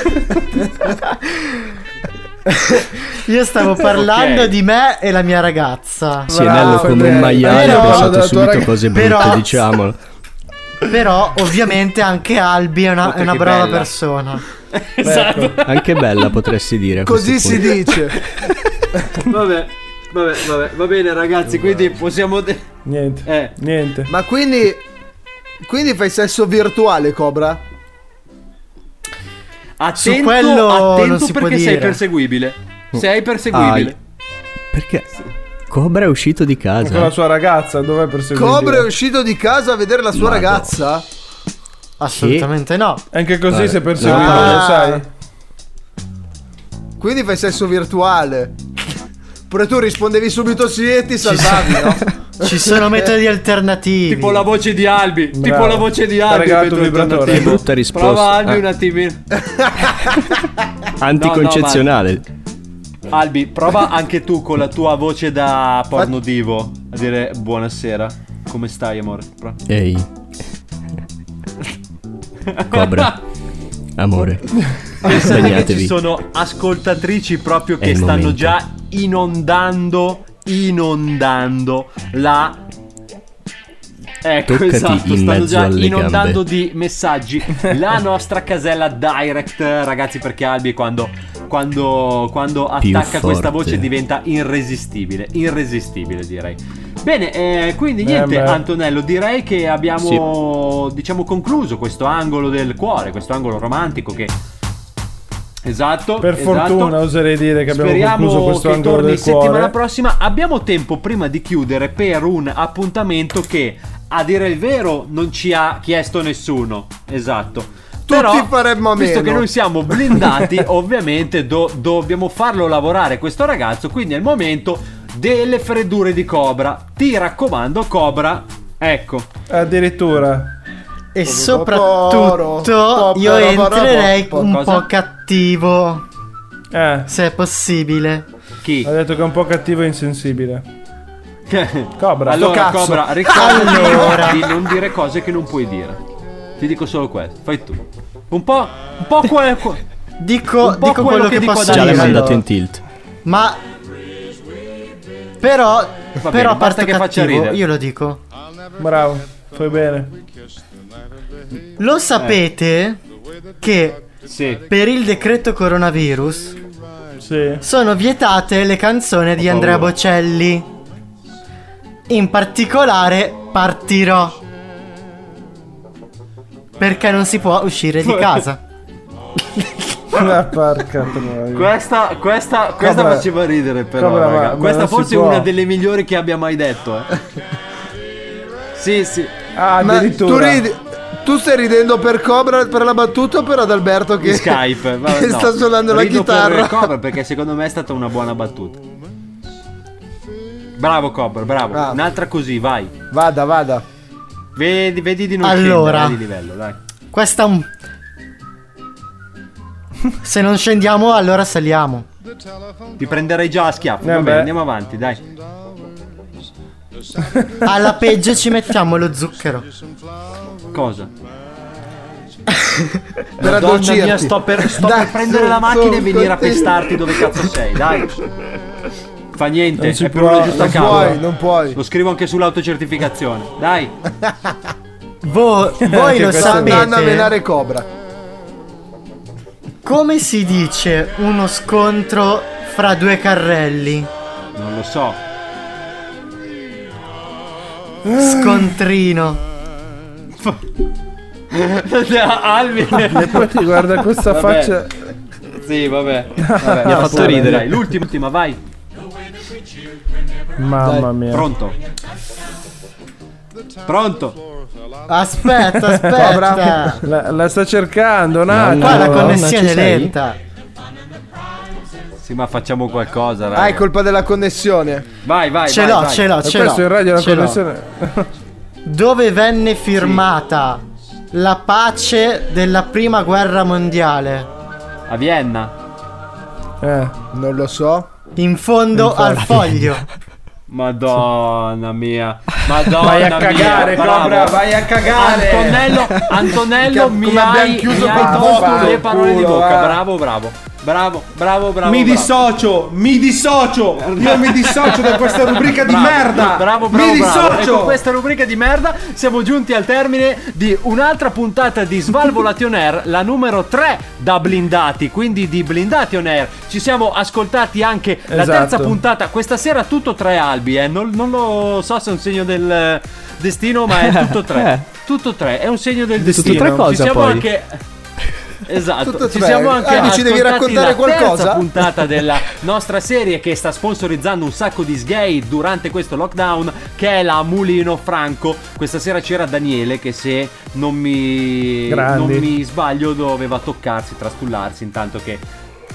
Io stavo parlando di me e la mia ragazza. Sì, Nello come un maiale ha pensato subito cose brutte, diciamolo. Però ovviamente anche Albi è una brava persona. Esatto. Anche bella potresti dire. Così si dice. Vabbè, va bene ragazzi, quindi possiamo Niente. Ma quindi fai sesso virtuale, Cobra? Attento, su quello non si perché può sei dire. perseguibile. Sei perseguibile. Perché Cobra è uscito di casa con la sua ragazza. Dov'è perseguibile? Cobra è uscito di casa a vedere la sua ragazza? Assolutamente no. Anche così sei perseguibile, lo sai. Quindi fai sesso virtuale. Pure tu rispondevi subito sì e ti salvavi, no? Ci sono metodi alternativi. Tipo la voce di Albi. Bravo. Tipo la voce di Albi. Regalato un vibratore. Che brutta risposta. Prova Albi un attimino. Anticoncezionale. Albi, prova anche tu con la tua voce da porno divo a dire buonasera. come stai, amore? Ehi. Cobra. Amore. Pensate che ci sono ascoltatrici proprio che stanno già inondando la... Ecco, Toccati esatto, in stanno mezzo già alle inondando gambe. di messaggi la nostra casella direct, ragazzi, perché Albi quando attacca questa voce diventa irresistibile direi. Bene, quindi niente, Antonello, direi che abbiamo diciamo concluso questo angolo del cuore, questo angolo romantico che... Esatto. Per fortuna oserei dire che abbiamo concluso questo angolo del cuore. Settimana prossima abbiamo tempo prima di chiudere per un appuntamento che, a dire il vero, non ci ha chiesto nessuno. Esatto. Però, faremmo a meno. Visto che noi siamo blindati, ovviamente dobbiamo farlo lavorare questo ragazzo. Quindi è il momento delle freddure di Cobra. Ti raccomando, Cobra. Ecco. Addirittura. E soprattutto io entrerei un po' cattivo. Se è possibile. Chi? Ha detto che è un po' cattivo e insensibile. Cobra. Allora, Cobra, ricorda di non dire cose che non puoi dire. Ti dico solo questo. Fai tu. Un po' dico quello che posso dire. Già l'hai mandato in tilt. Ma però a parte che cattivo, faccia ridere. io lo dico. Bravo, fai bene. Lo sapete che per il decreto coronavirus sono vietate le canzoni di Andrea Bocelli. In particolare Partirò, perché non si può uscire di casa. Porca troia. Questa faceva ridere, però raga. Questa forse è una delle migliori che abbia mai detto. Sì. Addirittura. Tu stai ridendo per Cobra per la battuta o per Adalberto che Skype che sta suonando la chitarra? Per Cobra, perché secondo me è stata una buona battuta. Bravo Cobra, bravo. Un'altra così, vai. Vada. Vedi di non allora, scendere di livello, dai. Questa se non scendiamo allora saliamo. Ti prenderei già a schiaffo. Va bene, andiamo avanti, dai. Alla peggio ci mettiamo lo zucchero. Cosa? Per addolcirti. Mia, sto per prendere la macchina e venire a pestarti dove cazzo sei, dai. Fa niente, è per una giusta causa. Non puoi. Lo scrivo anche sull'autocertificazione. Dai. Voi lo sapete. Andando a menare Cobra. Come si dice uno scontro fra due carrelli? Non lo so. Scontrino. Albi. E poi ti guarda questa faccia. Sì, vabbè. Mi ha fatto ridere. Dai, l'ultima, vai. Mamma mia. Pronto. Aspetta. La sta cercando un attimo. Qua la connessione è lenta. Sì, ma facciamo qualcosa, raga. È colpa della connessione. Vai. Ce l'ho. Questo in radio la connessione. Dove venne firmata la pace della prima guerra mondiale? A Vienna. Non lo so. In fondo al foglio. Madonna mia. Madonna vai a cagare, mia, Cobra, vai a cagare. Antonello mi hai tolto le parole di bocca. Bravo. Mi dissocio. Io mi dissocio da questa rubrica di merda. Bravo. E con questa rubrica di merda siamo giunti al termine di un'altra puntata di Svalvolation Air, la numero 3 da blindati, quindi di Blindati on Air. Ci siamo ascoltati anche la terza puntata. Questa sera tutto 3 Albi, non lo so se è un segno del destino, ma è tutto 3. Tutto 3, è un segno del destino. Tutto 3 cosa, ci siamo poi? Anche esatto, ci siamo anche ci devi raccontare qualcosa? Terza puntata della nostra serie che sta sponsorizzando un sacco di sgay durante questo lockdown, che è la Mulino Franco. Questa sera c'era Daniele che, se non mi sbaglio, doveva toccarsi, trastullarsi, intanto che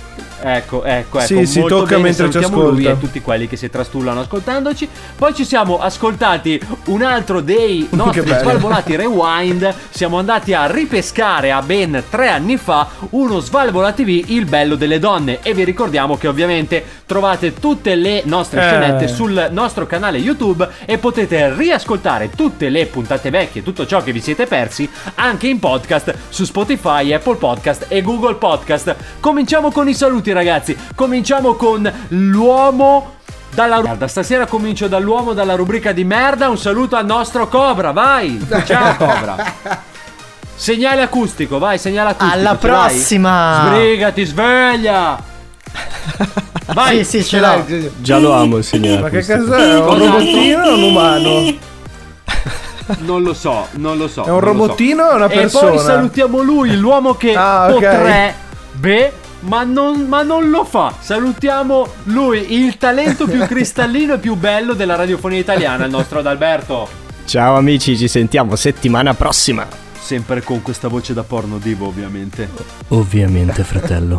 Ecco. Sì, si molto tocca bene, mentre ci salutiamo ascolta. lui e tutti quelli che si trastullano ascoltandoci. Poi ci siamo ascoltati un altro dei nostri Svalvolati Rewind. Siamo andati a ripescare a ben 3 anni fa uno Svalvola TV, il bello delle donne. E vi ricordiamo che ovviamente trovate tutte le nostre scenette sul nostro canale YouTube e potete riascoltare tutte le puntate vecchie, tutto ciò che vi siete persi, anche in podcast su Spotify, Apple Podcast e Google Podcast. Cominciamo con i saluti, ragazzi. Cominciamo con l'uomo dalla merda. Stasera comincio dall'uomo dalla rubrica di merda. Un saluto al nostro Cobra, vai. Ciao Cobra. Segnale acustico, vai, segnale acustico. Alla prossima. Sbrigati, sveglia. Vai. Sì, ce l'hai. Già lo amo il segnale. Ma che cos'è? Un robottino o un umano? Non lo so. È un robottino o una persona? E poi salutiamo lui, l'uomo che potrebbe, ma non lo fa. Salutiamo lui, il talento più cristallino e più bello della radiofonia italiana, il nostro Adalberto. Ciao amici, ci sentiamo settimana prossima. Sempre con questa voce da porno divo, ovviamente. Ovviamente, fratello.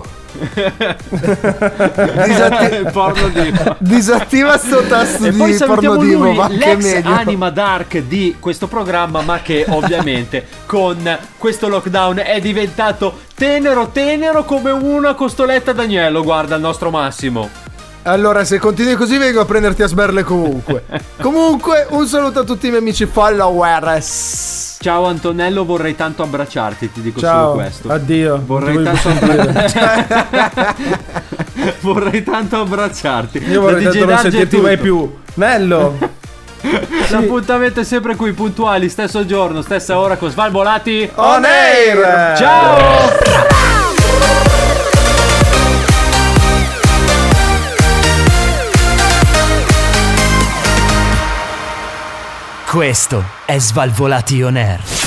Porno divo. Disattiva sto tasto e di poi salutiamo porno divo, lui, l'ex anima dark di questo programma, ma che ovviamente con questo lockdown è diventato tenero come una costoletta d'agnello. Guarda il nostro Massimo. Allora, se continui così vengo a prenderti a sberle comunque. Comunque, un saluto a tutti i miei amici followers. Ciao Antonello, vorrei tanto abbracciarti, ti dico Ciao, solo questo. Addio. Vorrei tanto abbracciarti. Io vorrei tanto non sentirti mai più. Nello. L'appuntamento è sempre qui, puntuali, stesso giorno, stessa ora con Svalvolati On Air. Ciao. Questo è Svalvolati On Air.